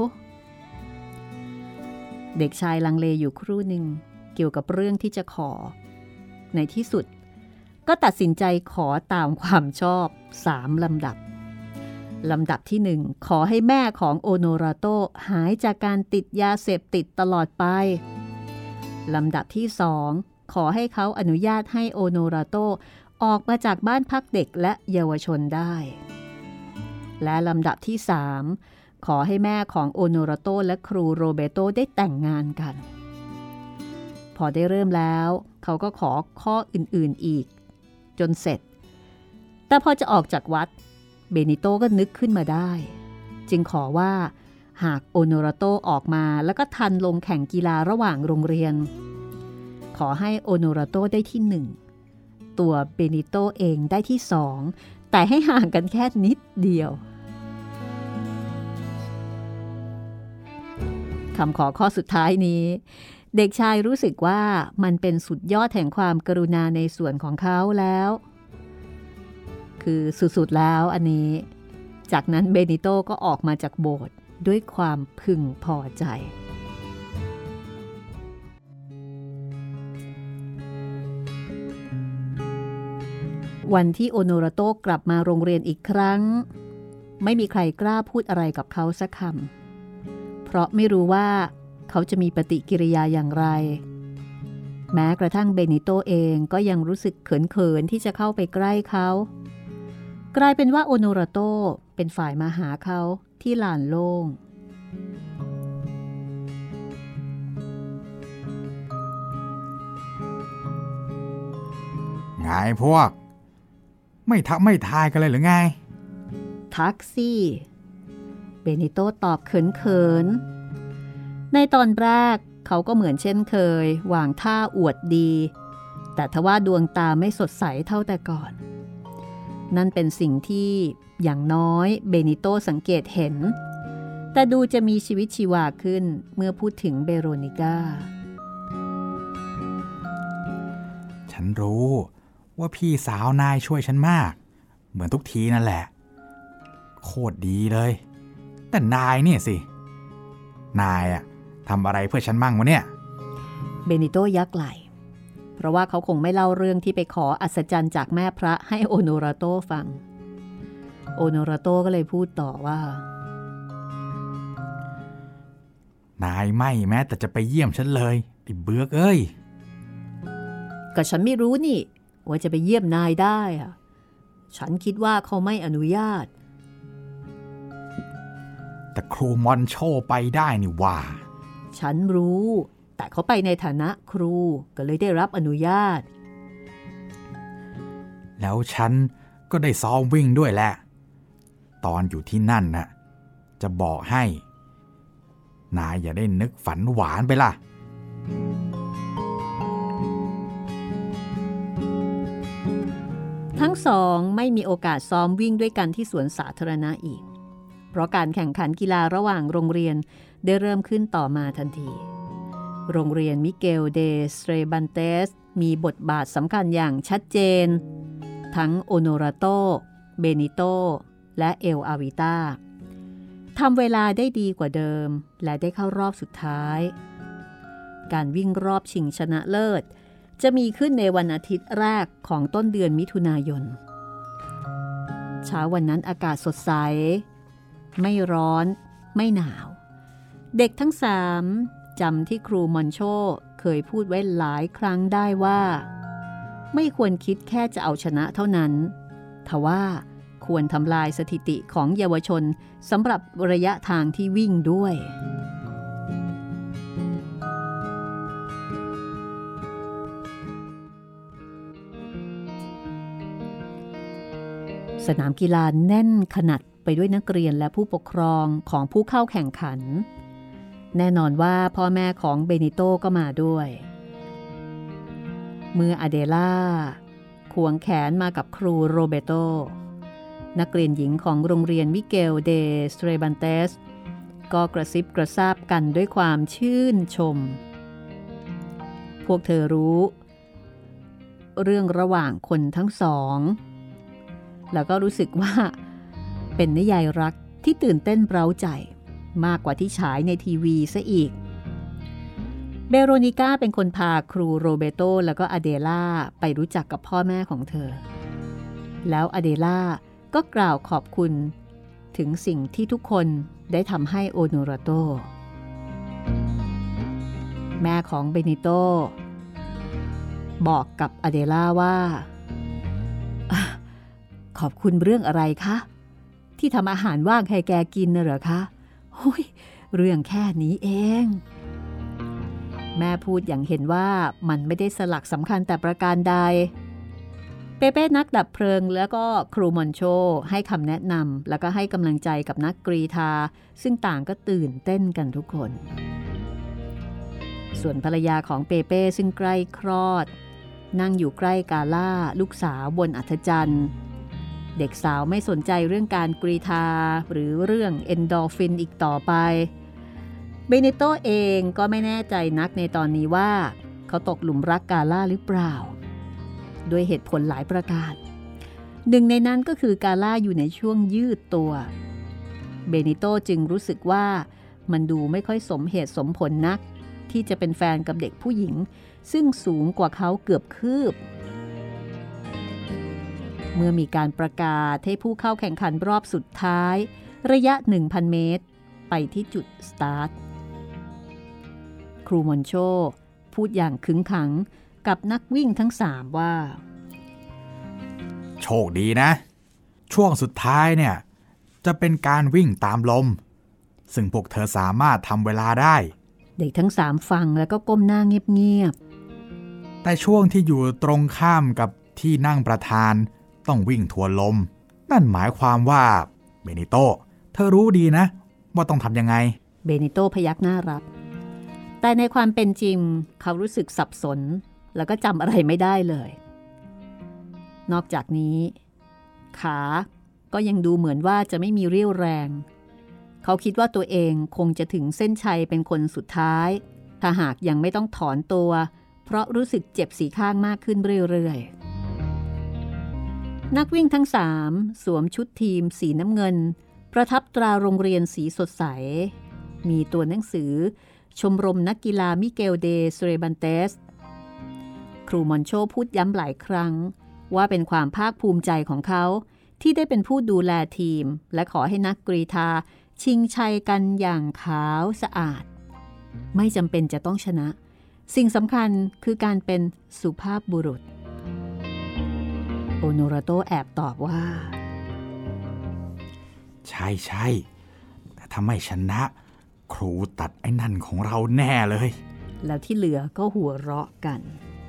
เด็กชายลังเลอยู่ครู่หนึ่งเกี่ยวกับเรื่องที่จะขอในที่สุดก็ตัดสินใจขอตามความชอบสามลำดับลำดับที่หนึ่งขอให้แม่ของโอโนราโตหายจากการติดยาเสพติดตลอดไปลำดับที่สองขอให้เขาอนุญาตให้โอโนราโตออกมาจากบ้านพักเด็กและเยาวชนได้และลำดับที่สามขอให้แม่ของโอโนราโตและครูโรเบโตได้แต่งงานกันพอได้เริ่มแล้วเขาก็ขอข้ออื่นๆอีกจนเสร็จแต่พอจะออกจากวัดเบนิโตก็นึกขึ้นมาได้จึงขอว่าหากโอโนราโตออกมาแล้วก็ทันลงแข่งกีฬาระหว่างโรงเรียนขอให้โอโนราโตได้ที่หนึ่งตัวเบนิโตเองได้ที่สองแต่ให้ห่างกันแค่นิดเดียวคำขอข้อสุดท้ายนี้เด็กชายรู้สึกว่ามันเป็นสุดยอดแห่งความกรุณาในส่วนของเขาแล้วคือสุดๆแล้วอันนี้จากนั้นเบนิโตก็ออกมาจากโบสถ์ด้วยความพึงพอใจวันที่โอโนราโตกลับมาโรงเรียนอีกครั้งไม่มีใครกล้าพูดอะไรกับเขาสักคำเพราะไม่รู้ว่าเขาจะมีปฏิกิริยาอย่างไรแม้กระทั่งเบนิโตเองก็ยังรู้สึกเขินๆที่จะเข้าไปใกล้เขากลายเป็นว่าโอโนราโตเป็นฝ่ายมาหาเขาที่ลานโล่งไงพวกไม่ทักไม่ทายกันเลยหรือไงทักซี่เบนิโตตอบเขินๆในตอนแรกเขาก็เหมือนเช่นเคยวางท่าอวดดีแต่ทว่าดวงตาไม่สดใสเท่าแต่ก่อนนั่นเป็นสิ่งที่อย่างน้อยเบนิโตสังเกตเห็นแต่ดูจะมีชีวิตชีวาขึ้นเมื่อพูดถึงเบโรนิก้าฉันรู้ว่าพี่สาวนายช่วยฉันมากเหมือนทุกทีนั่นแหละโคตรดีเลยแต่นายเนี่ยสินายอะทำอะไรเพื่อฉันมั่งวะเนี่ยเบนิโตยักไหล่เพราะว่าเขาคงไม่เล่าเรื่องที่ไปขออัศจรรย์จากแม่พระให้โอโนราโตฟังโอโนราโตก็เลยพูดต่อว่านายไม่แม้แต่จะไปเยี่ยมฉันเลยไอ้เบือกเอ้ยก็ฉันไม่รู้นี่ว่าจะไปเยี่ยมนายได้อะฉันคิดว่าเขาไม่อนุญาตแต่ครูมอนโชไปได้นี่ว่าฉันรู้แต่เขาไปในฐานะครูก็เลยได้รับอนุญาตแล้วฉันก็ได้ซ้อมวิ่งด้วยแหละตอนอยู่ที่นั่นน่ะจะบอกให้นายอย่าได้นึกฝันหวานไปล่ะทั้งสองไม่มีโอกาสซ้อมวิ่งด้วยกันที่สวนสาธารณะอีกเพราะการแข่งขันกีฬาระหว่างโรงเรียนได้เริ่มขึ้นต่อมาทันทีโรงเรียนมิเกลเดสเตรบันเตสมีบทบาทสำคัญอย่างชัดเจนทั้งโอโนราโตเบนิโตและเอลอาวิต้าทำเวลาได้ดีกว่าเดิมและได้เข้ารอบสุดท้ายการวิ่งรอบชิงชนะเลิศจะมีขึ้นในวันอาทิตย์แรกของต้นเดือนมิถุนายนเช้าวันนั้นอากาศสดใสไม่ร้อนไม่หนาวเด็กทั้งสามจำที่ครูมอนโชเคยพูดไว้หลายครั้งได้ว่าไม่ควรคิดแค่จะเอาชนะเท่านั้นทว่าควรทำลายสถิติของเยาวชนสำหรับระยะทางที่วิ่งด้วยสนามกีฬาแน่นขนาดไปด้วยนักเรียนและผู้ปกครองของผู้เข้าแข่งขันแน่นอนว่าพ่อแม่ของเบนิโตก็มาด้วยเมื่ออเดล่าควงแขนมากับครูโรเบโตนักเรียนหญิงของโรงเรียนมิเกลเดสเตรบันเตสก็กระซิบกระซาบกันด้วยความชื่นชมวกเธอรู้เรื่องระหว่างคนทั้งสองแล้วก็รู้สึกว่าเป็นนิยายรักที่ตื่นเต้นเร้าใจมากกว่าที่ฉายในทีวีซะอีกเบโรนิก้าเป็นคนพาครูโรเบโตแล้วก็อเดล่าไปรู้จักกับพ่อแม่ของเธอแล้วอเดล่าก็กล่าวขอบคุณถึงสิ่งที่ทุกคนได้ทำให้โอโนราโตแม่ของเบนิโตบอกกับอเดล่าว่าขอบคุณเรื่องอะไรคะที่ทำอาหารว่างให้แกกินน่ะเหรอคะโอ้ยเรื่องแค่นี้เองแม่พูดอย่างเห็นว่ามันไม่ได้สลักสำคัญแต่ประการใดเปเป้นักดับเพลิงแล้วก็ครูมอนโชให้คำแนะนำแล้วก็ให้กำลังใจกับนักกรีฑาซึ่งต่างก็ตื่นเต้นกันทุกคนส่วนภรรยาของเปเป้ซึ่งใกล้คลอดนั่งอยู่ใกล้กาล่าลูกสาวบนอัฐจันทร์เด็กสาวไม่สนใจเรื่องการกรีฑาหรือเรื่องเอนโดรฟินอีกต่อไปเบเนโตเองก็ไม่แน่ใจนักในตอนนี้ว่าเขาตกหลุมรักกาล่าหรือเปล่าด้วยเหตุผลหลายประการหนึ่งในนั้นก็คือกาล่าอยู่ในช่วงยืดตัวเบเนโตจึงรู้สึกว่ามันดูไม่ค่อยสมเหตุสมผลนักที่จะเป็นแฟนกับเด็กผู้หญิงซึ่งสูงกว่าเขาเกือบคืบเมื่อมีการประกาศให้ผู้เข้าแข่งขันรอบสุดท้ายระยะ หนึ่งพัน เมตรไปที่จุดสตาร์ทครูมอนโชพูดอย่างขึงขังกับนักวิ่งทั้งสามว่าโชคดีนะช่วงสุดท้ายเนี่ยจะเป็นการวิ่งตามลมซึ่งพวกเธอสามารถทำเวลาได้เด็กทั้งสามฟังแล้วก็ก้มหน้าเงียบๆแต่ช่วงที่อยู่ตรงข้ามกับที่นั่งประธานต้องวิ่งทวนลมนั่นหมายความว่าเบนิโตเธอรู้ดีนะว่าต้องทำยังไงเบนิโตพยักหน้ารับแต่ในความเป็นจริงเขารู้สึกสับสนแล้วก็จำอะไรไม่ได้เลยนอกจากนี้ขาก็ยังดูเหมือนว่าจะไม่มีเรี่ยวแรงเขาคิดว่าตัวเองคงจะถึงเส้นชัยเป็นคนสุดท้ายถ้าหากยังไม่ต้องถอนตัวเพราะรู้สึกเจ็บสีข้างมากขึ้นเรื่อยๆนักวิ่งทั้งสามสวมชุดทีมสีน้ำเงินประทับตราโรงเรียนสีสดใสมีตัวหนังสือชมรมนักกีฬามิเกลเดเซเรบันเตสครูมอนโชพูดย้ำหลายครั้งว่าเป็นความภาคภูมิใจของเขาที่ได้เป็นผู้ดูแลทีมและขอให้นักกรีฑาชิงชัยกันอย่างขาวสะอาดไม่จำเป็นจะต้องชนะสิ่งสำคัญคือการเป็นสุภาพบุรุษโอโนราโตแอบตอบว่าใช่ใช่แต่ถ้าไม่ชนะครูตัดไอ้นั่นของเราแน่เลยแล้วที่เหลือก็หัวเราะกัน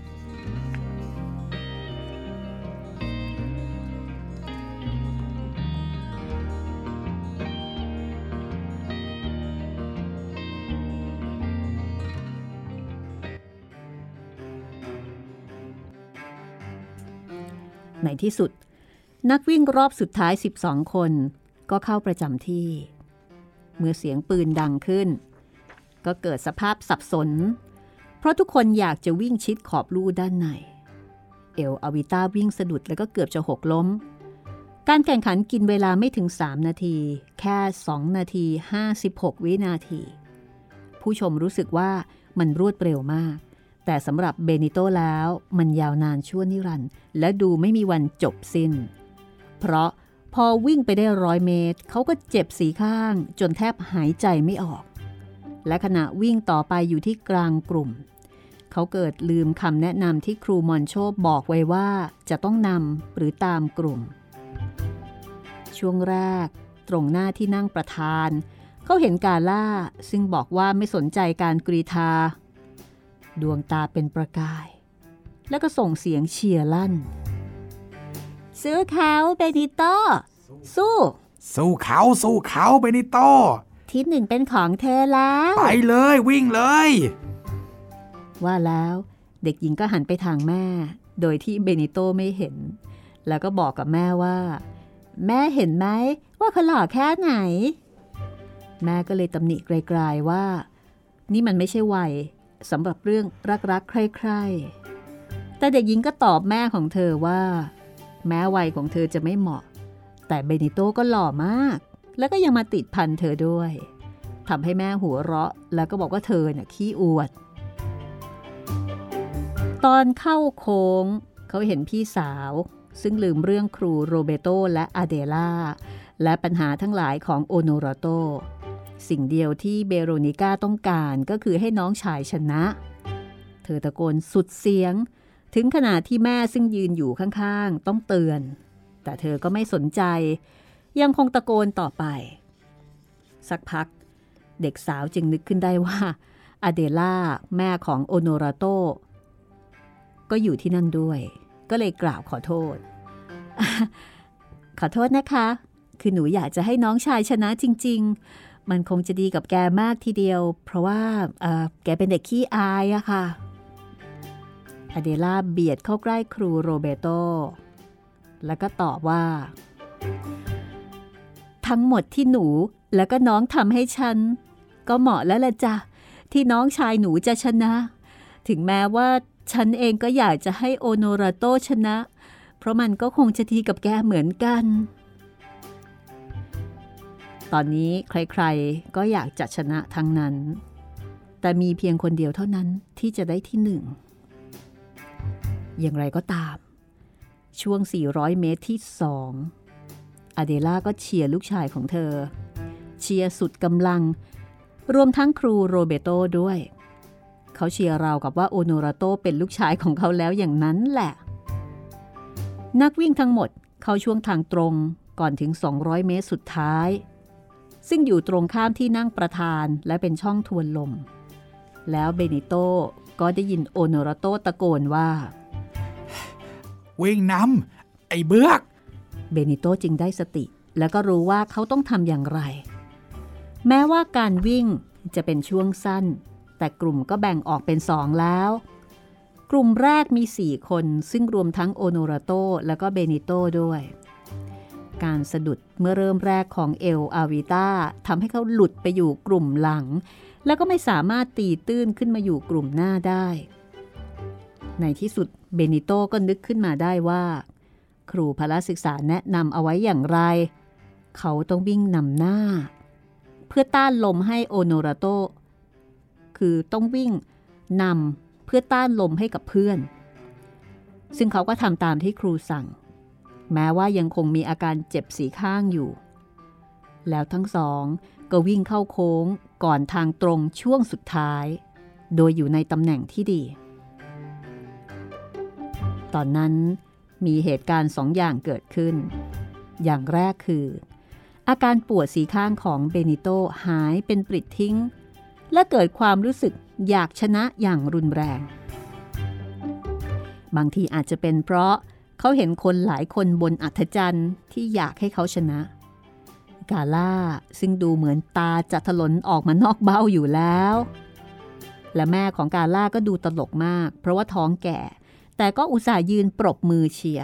ในที่สุดนักวิ่งรอบสุดท้ายสิบสองคนก็เข้าประจำที่เมื่อเสียงปืนดังขึ้นก็เกิดสภาพสับสนเพราะทุกคนอยากจะวิ่งชิดขอบลู่ด้านในเอลอาวิต้าวิ่งสะดุดแล้วก็เกือบจะหกล้มการแข่งขันกินเวลาไม่ถึงสามนาทีแค่สองนาทีห้าสิบหกวินาทีผู้ชมรู้สึกว่ามันรวดเร็วมากแต่สำหรับเบนิโตแล้วมันยาวนานชั่วนิรันดร์และดูไม่มีวันจบสิ้นเพราะพอวิ่งไปได้ร้อยเมตรเขาก็เจ็บสีข้างจนแทบหายใจไม่ออกและขณะวิ่งต่อไปอยู่ที่กลางกลุ่มเขาเกิดลืมคำแนะนำที่ครูมอนโชบอกไว้ว่าจะต้องนำหรือตามกลุ่มช่วงแรกตรงหน้าที่นั่งประธานเขาเห็นกาล่าซึ่งบอกว่าไม่สนใจการกรีฑาดวงตาเป็นประกายแล้วก็ส่งเสียงเชียร์ลั่นสู้เขาเบนิโตสู้สู้เขาสู้เขาเบนิโตที่หนึ่งเป็นของเธอแล้วไปเลยวิ่งเลยว่าแล้วเด็กหญิงก็หันไปทางแม่โดยที่เบนิโตไม่เห็นแล้วก็บอกกับแม่ว่าแม่เห็นไหมว่าเขาหล่อแค่ไหนแม่ก็เลยตำหนิไกลๆว่านี่มันไม่ใช่วัยสำหรับเรื่องรักๆใคร่ๆแต่เด็กหญิงก็ตอบแม่ของเธอว่าแม้วัยของเธอจะไม่เหมาะแต่เบนิโต้ก็หล่อมากแล้วก็ยังมาติดพันเธอด้วยทำให้แม่หัวเราะแล้วก็บอกว่าเธอเนี่ยขี้อวดตอนเข้าโค้งเขาเห็นพี่สาวซึ่งลืมเรื่องครูโรเบโตและอาเดล่าและปัญหาทั้งหลายของโอโนราโตสิ่งเดียวที่เบโรนิก้าต้องการก็คือให้น้องชายชนะเธอตะโกนสุดเสียงถึงขนาดที่แม่ซึ่งยืนอยู่ข้างๆต้องเตือนแต่เธอก็ไม่สนใจยังคงตะโกนต่อไปสักพักเด็กสาวจึงนึกขึ้นได้ว่าอาเดล่าแม่ของโอโนราโตก็อยู่ที่นั่นด้วยก็เลยกล่าวขอโทษ ขอโทษนะคะคือหนูอยากจะให้น้องชายชนะจริงๆมันคงจะดีกับแกมากทีเดียวเพราะว่าเอ่อแกเป็นเด็กขี้อายอะค่ะอาเดล่าเบียดเข้าใกล้ครูโรเบโตแล้วก็ตอบว่าทั้งหมดที่หนูแล้วก็น้องทำให้ฉันก็เหมาะแล้วล่ะจ้ะที่น้องชายหนูจะชนะถึงแม้ว่าฉันเองก็อยากจะให้โอโนราโตชนะเพราะมันก็คงจะดีกับแกเหมือนกันตอนนี้ใครๆก็อยากจะชนะทั้งนั้นแต่มีเพียงคนเดียวเท่านั้นที่จะได้ที่หนึ่งอย่างไรก็ตามช่วงสี่ร้อยเมตรที่สองอาเดล่าก็เชียร์ลูกชายของเธอเชียร์สุดกำลังรวมทั้งครูโรเบโตด้วยเขาเชียร์ราวกับว่าโอโนราโตเป็นลูกชายของเขาแล้วอย่างนั้นแหละนักวิ่งทั้งหมดเข้าช่วงทางตรงก่อนถึงสองร้อยเมตรสุดท้ายซึ่งอยู่ตรงข้ามที่นั่งประธานและเป็นช่องทวนลมแล้วเบนิโตก็ได้ยินโอโนราโตตะโกนว่าวิ่งนำไอ้เบือกเบนิโตจึงได้สติแล้วก็รู้ว่าเขาต้องทำอย่างไรแม้ว่าการวิ่งจะเป็นช่วงสั้นแต่กลุ่มก็แบ่งออกเป็นสองแล้วกลุ่มแรกมีสี่คนซึ่งรวมทั้งโอโนราโตแล้วก็เบนิโตด้วยการสะดุดเมื่อเริ่มแรกของเอลอาวิต้าทำให้เขาหลุดไปอยู่กลุ่มหลังแล้วก็ไม่สามารถตีตื้นขึ้นมาอยู่กลุ่มหน้าได้ในที่สุดเบนิโตก็นึกขึ้นมาได้ว่าครูพละศึกษาแนะนำเอาไว้อย่างไรเขาต้องวิ่งนำหน้าเพื่อต้านลมให้โอโนราโตคือต้องวิ่งนำเพื่อต้านลมให้กับเพื่อนซึ่งเขาก็ทำตามที่ครูสั่งแม้ว่ายังคงมีอาการเจ็บสีข้างอยู่แล้วทั้งสองก็วิ่งเข้าโค้งก่อนทางตรงช่วงสุดท้ายโดยอยู่ในตำแหน่งที่ดีตอนนั้นมีเหตุการณ์สองอย่างเกิดขึ้นอย่างแรกคืออาการปวดสีข้างของเบนิโตหายเป็นปลิดทิ้งและเกิดความรู้สึกอยากชนะอย่างรุนแรงบางทีอาจจะเป็นเพราะเขาเห็นคนหลายคนบนอัธจันทร์ที่อยากให้เขาชนะกาล่าซึ่งดูเหมือนตาจะถลนออกมานอกเบ้าอยู่แล้วและแม่ของกาล่าก็ดูตลกมากเพราะว่าท้องแก่แต่ก็อุตส่าห์ยืนปรบมือเชียร์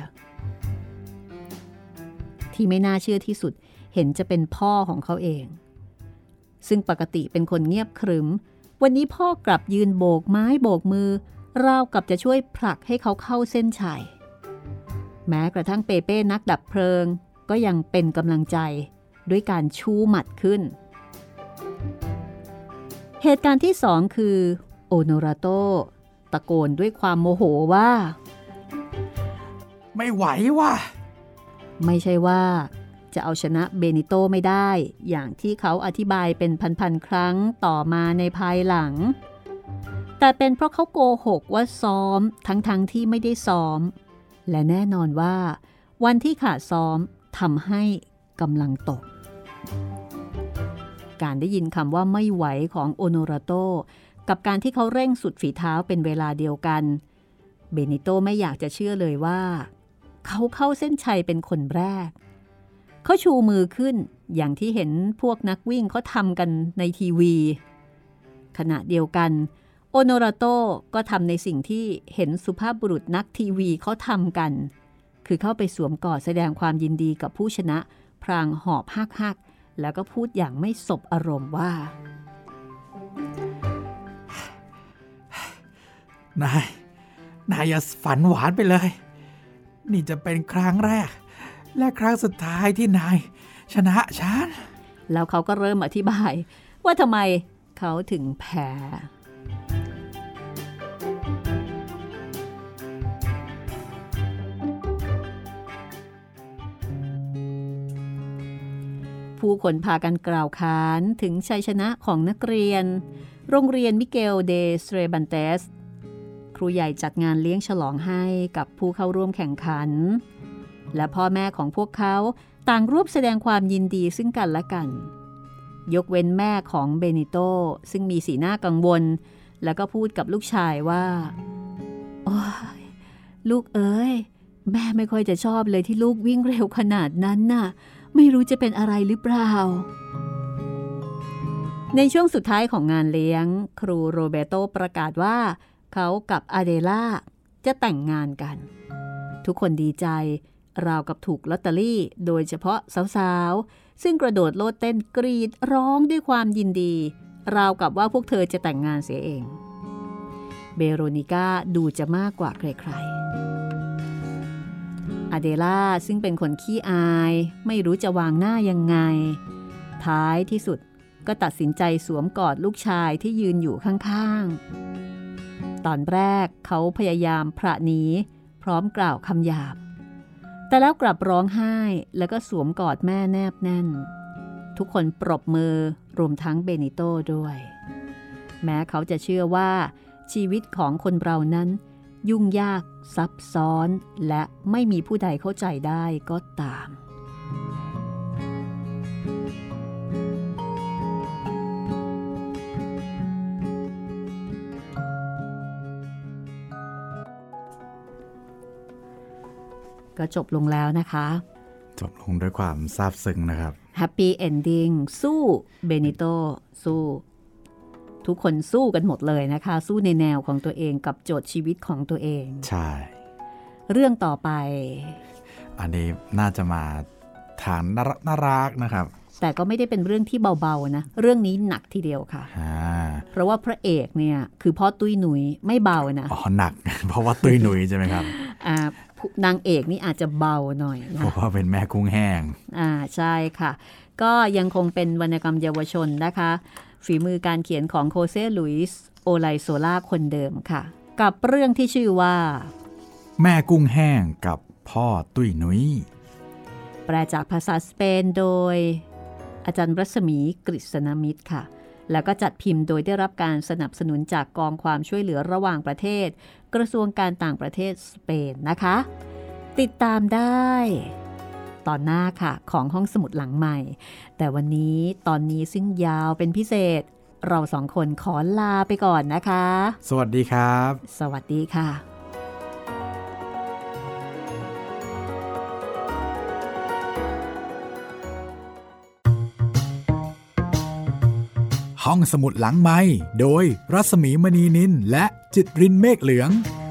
ที่ไม่น่าเชื่อที่สุดเห็นจะเป็นพ่อของเขาเองซึ่งปกติเป็นคนเงียบขรึมวันนี้พ่อกลับยืนโบกไม้โบกมือราวกับจะช่วยผลักให้เขาเข้าเส้นชัยแม้กระทั่งเปเป้นักดับเพลิงก็ยังเป็นกำลังใจด้วยการชูหมัดขึ้นเหตุการณ์ที่สองคือโอโนราโตตะโกนด้วยความโมโหว่าไม่ไหวว่ะไม่ใช่ว่าจะเอาชนะเบนิโตไม่ได้อย่างที่เขาอธิบายเป็นพันๆครั้งต่อมาในภายหลังแต่เป็นเพราะเขาโกหกว่าซ้อมทั้งๆ ท, ที่ไม่ได้ซ้อมและแน่นอนว่าวันที่ขาดซ้อมทำให้กำลังตกการได้ยินคำว่าไม่ไหวของโอโนราโตกับการที่เขาเร่งสุดฝีเท้าเป็นเวลาเดียวกันเบนิโตไม่อยากจะเชื่อเลยว่าเขาเข้าเส้นชัยเป็นคนแรกเขาชูมือขึ้นอย่างที่เห็นพวกนักวิ่งเขาทำกันในทีวีขณะเดียวกันโอโนราโตก็ทำในสิ่งที่เห็นสุภาพบุรุษนักทีวีเขาทำกันคือเข้าไปสวมกอดแสดงความยินดีกับผู้ชนะพลางหอบฮักๆแล้วก็พูดอย่างไม่สบอารมณ์ว่านายนายอย่าฝันหวานไปเลยนี่จะเป็นครั้งแรกและครั้งสุดท้ายที่นายชนะฉันแล้วเขาก็เริ่มอธิบายว่าทำไมเขาถึงแพ้ผู้คนพากันกล่าวขานถึงชัยชนะของนักเรียนโรงเรียนมิเกลเดสเตรบันเตสครูใหญ่จัดงานเลี้ยงฉลองให้กับผู้เข้าร่วมแข่งขันและพ่อแม่ของพวกเขาต่างร่วมแสดงความยินดีซึ่งกันและกันยกเว้นแม่ของเบนิโตซึ่งมีสีหน้ากังวลแล้วก็พูดกับลูกชายว่าโอ้ยลูกเอ๋ยแม่ไม่ค่อยจะชอบเลยที่ลูกวิ่งเร็วขนาดนั้นน่ะไม่รู้จะเป็นอะไรหรือเปล่าในช่วงสุดท้ายของงานเลี้ยงครูโรเบโตประกาศว่าเขากับอาเดล่าจะแต่งงานกันทุกคนดีใจราวกับถูกลอตเตอรี่โดยเฉพาะสาวๆซึ่งกระโดดโลดเต้นกรีดร้องด้วยความยินดีราวกับว่าพวกเธอจะแต่งงานเสียเองเบโรนิก้าดูจะมากกว่าใครๆอาเดล่าซึ่งเป็นคนขี้อายไม่รู้จะวางหน้ายังไงท้ายที่สุดก็ตัดสินใจสวมกอดลูกชายที่ยืนอยู่ข้างๆตอนแรกเขาพยายามพระหนีพร้อมกล่าวคำหยาบแต่แล้วกลับร้องไห้แล้วก็สวมกอดแม่แนบแน่นทุกคนปรบมือรวมทั้งเบนิโต้ด้วยแม้เขาจะเชื่อว่าชีวิตของคนเรานั้นยุ่งยากซับซ้อนและไม่มีผู้ใดเข้าใจได้ก็ตามก็จบลงแล้วนะคะจบลงด้วยความซาบซึ้งนะครับ Happy Ending สู้เบนิโตสู้ทุกคนสู้กันหมดเลยนะคะสู้ในแนวของตัวเองกับโจทย์ชีวิตของตัวเองใช่เรื่องต่อไปอันนี้น่าจะมาทางน่ารักน่ารักนะครับแต่ก็ไม่ได้เป็นเรื่องที่เบาๆนะเรื่องนี้หนักทีเดียวค่ะเพราะว่าพระเอกเนี่ยคือพ่อตุ้ยหนุยไม่เบานะอ๋อหนักเพราะว่าตุ้ยหนุยใช่ไหมครับอ่านางเอกนี่อาจจะเบาหน่อยนะเพราะว่าเป็นแม่กุ้งแห้งอ่าใช่ค่ะก็ยังคงเป็นวรรณกรรมเยาวชนนะคะฝีมือการเขียนของโคเซ่ลุยส์โอไลโซล่าคนเดิมค่ะกับเรื่องที่ชื่อว่าแม่กุ้งแห้งกับพ่อตุ้ยหนุยแปลจากภาษาสเปนโดยอาจารย์รัศมีกฤษณมิตรค่ะแล้วก็จัดพิมพ์โดยได้รับการสนับสนุนจากกองความช่วยเหลือระหว่างประเทศกระทรวงการต่างประเทศสเปนนะคะติดตามได้ตอนหน้าค่ะของห้องสมุดหลังใหม่แต่วันนี้ตอนนี้ซึ่งยาวเป็นพิเศษเราสองคนขอลาไปก่อนนะคะสวัสดีครับสวัสดีค่ะห้องสมุดหลังไมค์โดยรัศมีมณีนินและจิตรินเมฆเหลือง